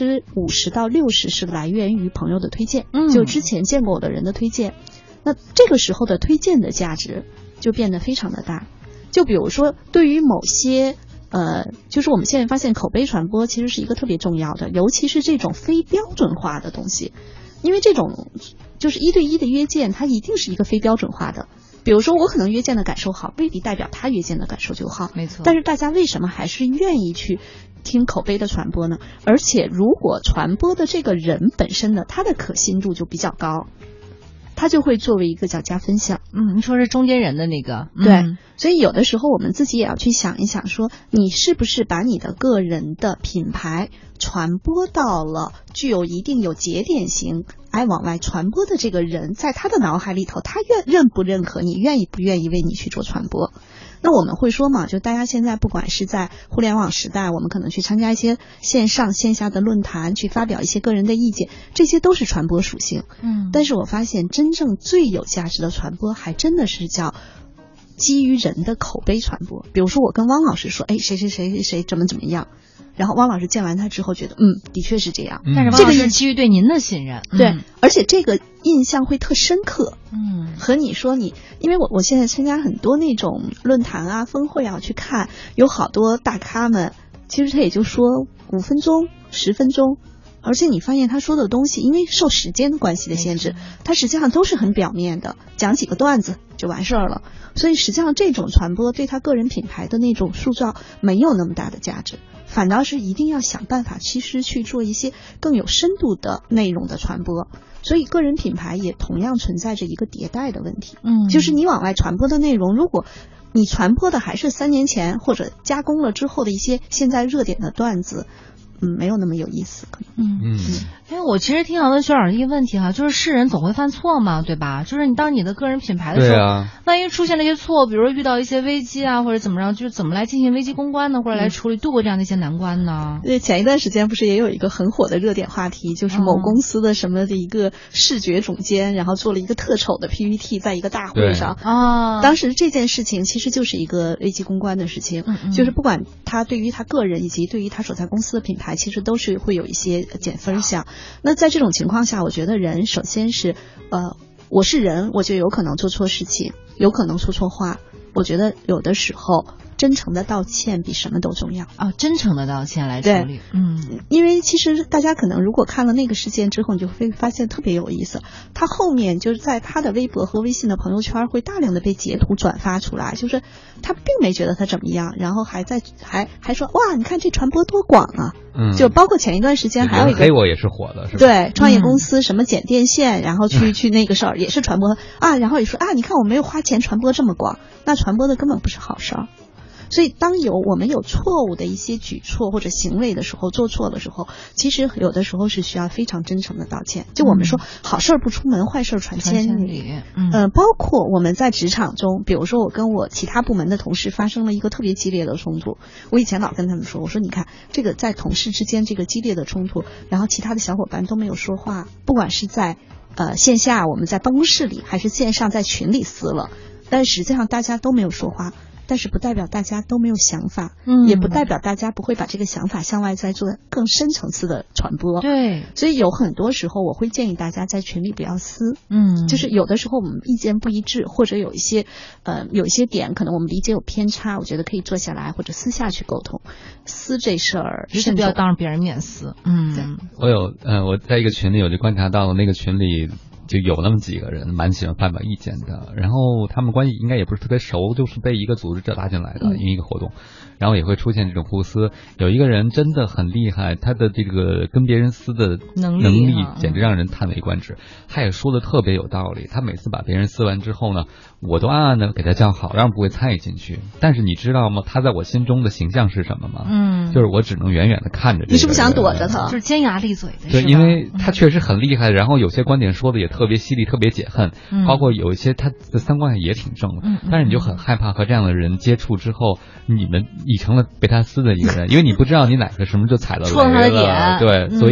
50%到60%是来源于朋友的推荐，就之前见过我的人的推荐。那这个时候的推荐的价值就变得非常的大。就比如说对于某些就是我们现在发现口碑传播其实是一个特别重要的，尤其是这种非标准化的东西，因为这种就是1对1的约见，它一定是一个非标准化的。比如说我可能约见的感受好，未必代表他约见的感受就好， 没错。 但是大家为什么还是愿意去听口碑的传播呢？而且如果传播的这个人本身呢，他的可信度就比较高，它就会作为一个叫加分项。 你说是中间人的那个， 对。所以有的时候我们自己也要去想一想，说你是不是把你的个人的品牌传播到了具有一定有节点型爱往外传播的这个人，在他的脑海里头，他认不认可你，愿意不愿意为你去做传播。那我们会说嘛，就大家现在不管是在互联网时代，我们可能去参加一些线上线下的论坛，去发表一些个人的意见，这些都是传播属性。但是我发现真正最有价值的传播还真的是叫基于人的口碑传播。比如说我跟汪老师说，谁谁谁谁谁怎么样，然后汪老师见完他之后觉得的确是这样， 但是汪老师基于对您的信任， 对，而且这个印象会特深刻。和你说因为我现在参加很多那种论坛啊峰会啊去看，有好多大咖们其实他也就说5分钟10分钟，而且你发现他说的东西因为受时间的关系的限制，他实际上都是很表面的，讲几个段子就完事儿了。所以实际上这种传播对他个人品牌的那种塑造没有那么大的价值，反倒是一定要想办法其实去做一些更有深度的内容的传播。所以个人品牌也同样存在着一个迭代的问题，就是你往外传播的内容，如果你传播的还是3年前或者加工了之后的一些现在热点的段子，没有那么有意思。 我其实听到的薛老师一个问题哈，就是世人总会犯错嘛，对吧？就是你当你的个人品牌的时候，万一出现了一些错，比如说遇到一些危机啊，或者怎么着，就是怎么来进行危机公关呢，或者来处理度过这样的一些难关呢？对， 前一段时间不是也有一个很火的热点话题，就是某公司的什么的一个视觉总监，然后做了一个特丑的 PPT， 在一个大会上当时这件事情其实就是一个危机公关的事情，就是不管他对于他个人以及对于他所在公司的品牌，其实都是会有一些减分项。那在这种情况下，我觉得人首先是我是人，我就有可能做错事情，有可能说错话。我觉得有的时候真诚的道歉比什么都重要。 真诚的道歉来处理。 因为其实大家可能如果看了那个事件之后，你就会发现特别有意思。他后面就是在他的微博和微信的朋友圈会大量的被截图转发出来，就是他并没觉得他怎么样，然后还说哇，你看这传播多广啊。就包括前一段时间还有一个黑我也是火的，是吧？ 对，创业公司什么剪电线，然后去那个事儿也是传播然后也说你看我没有花钱传播这么广，那传播的根本不是好事儿。所以当我们有错误的一些举措或者行为的时候，做错的时候，其实有的时候是需要非常真诚的道歉。就我们说好事不出门，坏事传千里。包括我们在职场中，比如说我跟我其他部门的同事发生了一个特别激烈的冲突，我以前老跟他们说，我说你看这个在同事之间这个激烈的冲突，然后其他的小伙伴都没有说话，不管是在线下我们在办公室里，还是线上在群里撕了，但实际上大家都没有说话。但是不代表大家都没有想法，也不代表大家不会把这个想法向外再做更深层次的传播。 对， 所以有很多时候我会建议大家在群里不要撕。就是有的时候我们意见不一致，或者有一些点可能我们理解有偏差，我觉得可以坐下来或者私下去沟通。撕这事儿， 绝对不要当着别人面撕。 我在一个群里，我就观察到了那个群里。就有那么几个人蛮喜欢发表意见的，然后他们关系应该也不是特别熟，就是被一个组织者拉进来的一个活动，然后也会出现这种互撕。有一个人真的很厉害，他的这个跟别人撕的能力简直让人叹为观止。他也说的特别有道理，他每次把别人撕完之后呢，我都暗暗的给他叫好，让不会参与进去。但是你知道吗？他在我心中的形象是什么吗？就是我只能远远的看着这个人。 你是不是想躲着他？ 就是尖牙利嘴的。 对，因为他确实很厉害，然后有些观点说的也特别犀利，特别解恨，包括有一些他的三观也挺正的，但是你就很害怕和这样的人接触之后，你成了被他撕的一个人，因为你不知道你哪个什么就踩到雷了，对，所以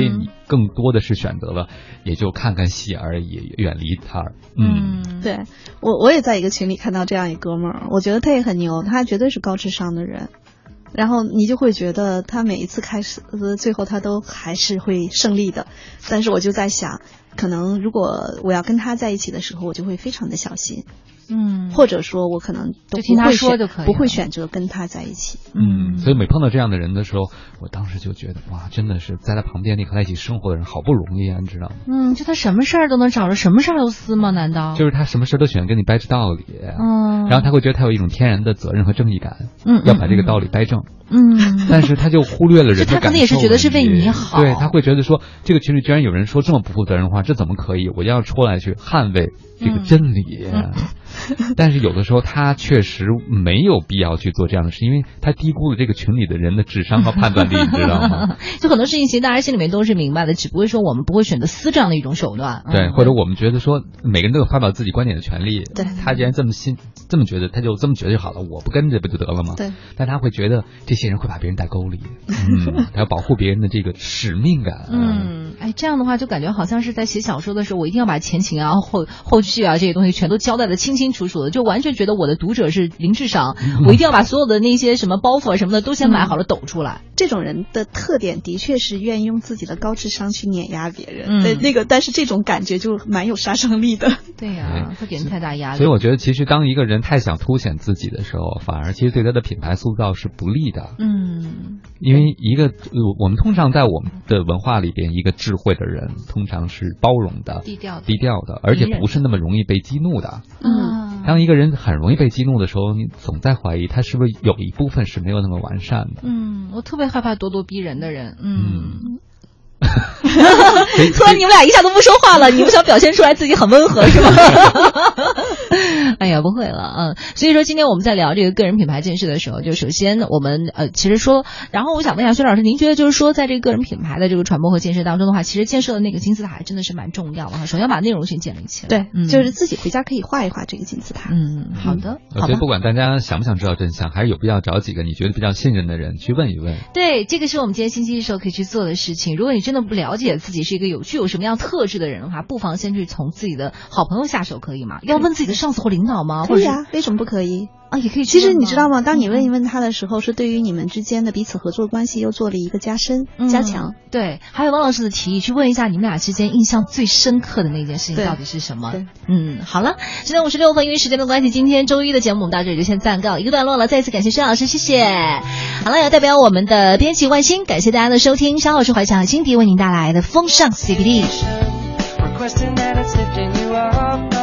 更多的是选择了也就看看戏而已，远离他。 对，我也在一个群里看到这样一哥们儿，我觉得他也很牛，他绝对是高智商的人。然后你就会觉得他每一次开始最后他都还是会胜利的，但是我就在想，可能如果我要跟他在一起的时候，我就会非常的小心，或者说我可能都听他说就可以， 不会选择跟他在一起。 所以每碰到这样的人的时候，我当时就觉得哇，真的是在他旁边，你和他一起生活的人好不容易啊，你知道吗？ 就他什么事儿都能找着，什么事儿都撕吗？难道就是他什么事都喜欢跟你掰着道理，然后他会觉得他有一种天然的责任和正义感，要把这个道理掰正。但是他就忽略了人的感受。 他可能也是觉得是为你好， 对，他会觉得说这个群里居然有人说这么不负责任的话，这怎么可以？我要出来去捍卫这个真理。但是有的时候他确实没有必要去做这样的事，因为他低估了这个群里的人的智商和判断力，你知道吗？ 就很多事情其实大家心里面都是明白的，只不过说我们不会选择撕这样的一种手段。 对，或者我们觉得说每个人都有发表自己观点的权利。 对， 他既然这么觉得，他就这么觉得就好了，我不跟着不就得了吗？ 对。 但他会觉得这些人会把别人带沟里，他要保护别人的这个使命感。 这样的话就感觉好像是在写小说的时候，我一定要把前情啊、后续啊这些东西全都交代的清清楚楚的，就完全觉得我的读者是零智商，我一定要把所有的那些什么包袱什么的都先买好了抖出来。 这种人的特点的确是愿意用自己的高智商去碾压别人，但是这种感觉就蛮有杀伤力的。 对呀，会给人太大压力。 所以我觉得其实当一个人太想凸显自己的时候，反而其实对他的品牌塑造是不利的。因为我们通常在我们的文化里边，一个智慧的人通常是包容的、低调的，而且不是那么容易被激怒的。当一个人很容易被激怒的时候，你总在怀疑他是不是有一部分是没有那么完善的。 我特别害怕咄咄逼人的人。突然你们俩一下都不说话了，你们想表现出来自己很温和是吗？哎呀，不会了，所以说今天我们在聊这个个人品牌建设的时候，就首先我们其实说，然后我想问一下薛老师，您觉得就是说在这个个人品牌的这个传播和建设当中的话，其实建设的那个金字塔真的是蛮重要的哈。首先要把内容先建立起来， 对，就是自己回家可以画一画这个金字塔。 好的。 我觉得不管大家想不想知道真相，还是有必要找几个你觉得比较信任的人去问一问。 对，这个是我们今天星期一时候可以去做的事情。如果你真的不了解自己是一个具有什么样特质的人的话，不妨先去从自己的好朋友下手，可以吗？要问自己的上司或领导吗？ 可以啊，为什么不可以？ 也可以。 其实你知道吗？当你问一问他的时候，是对于你们之间的彼此合作关系又做了一个加深、加强。 对，还有汪老师的提议，去问一下你们俩之间印象最深刻的那件事情到底是什么。好了，10:56，因为时间的关系，今天周一的节目我们到这里就先暂告一个段落了。再次感谢薛老师，谢谢。好了，也代表我们的编辑万欣，感谢大家的收听。稍后是怀强和辛迪为您带来的风尚 CBD。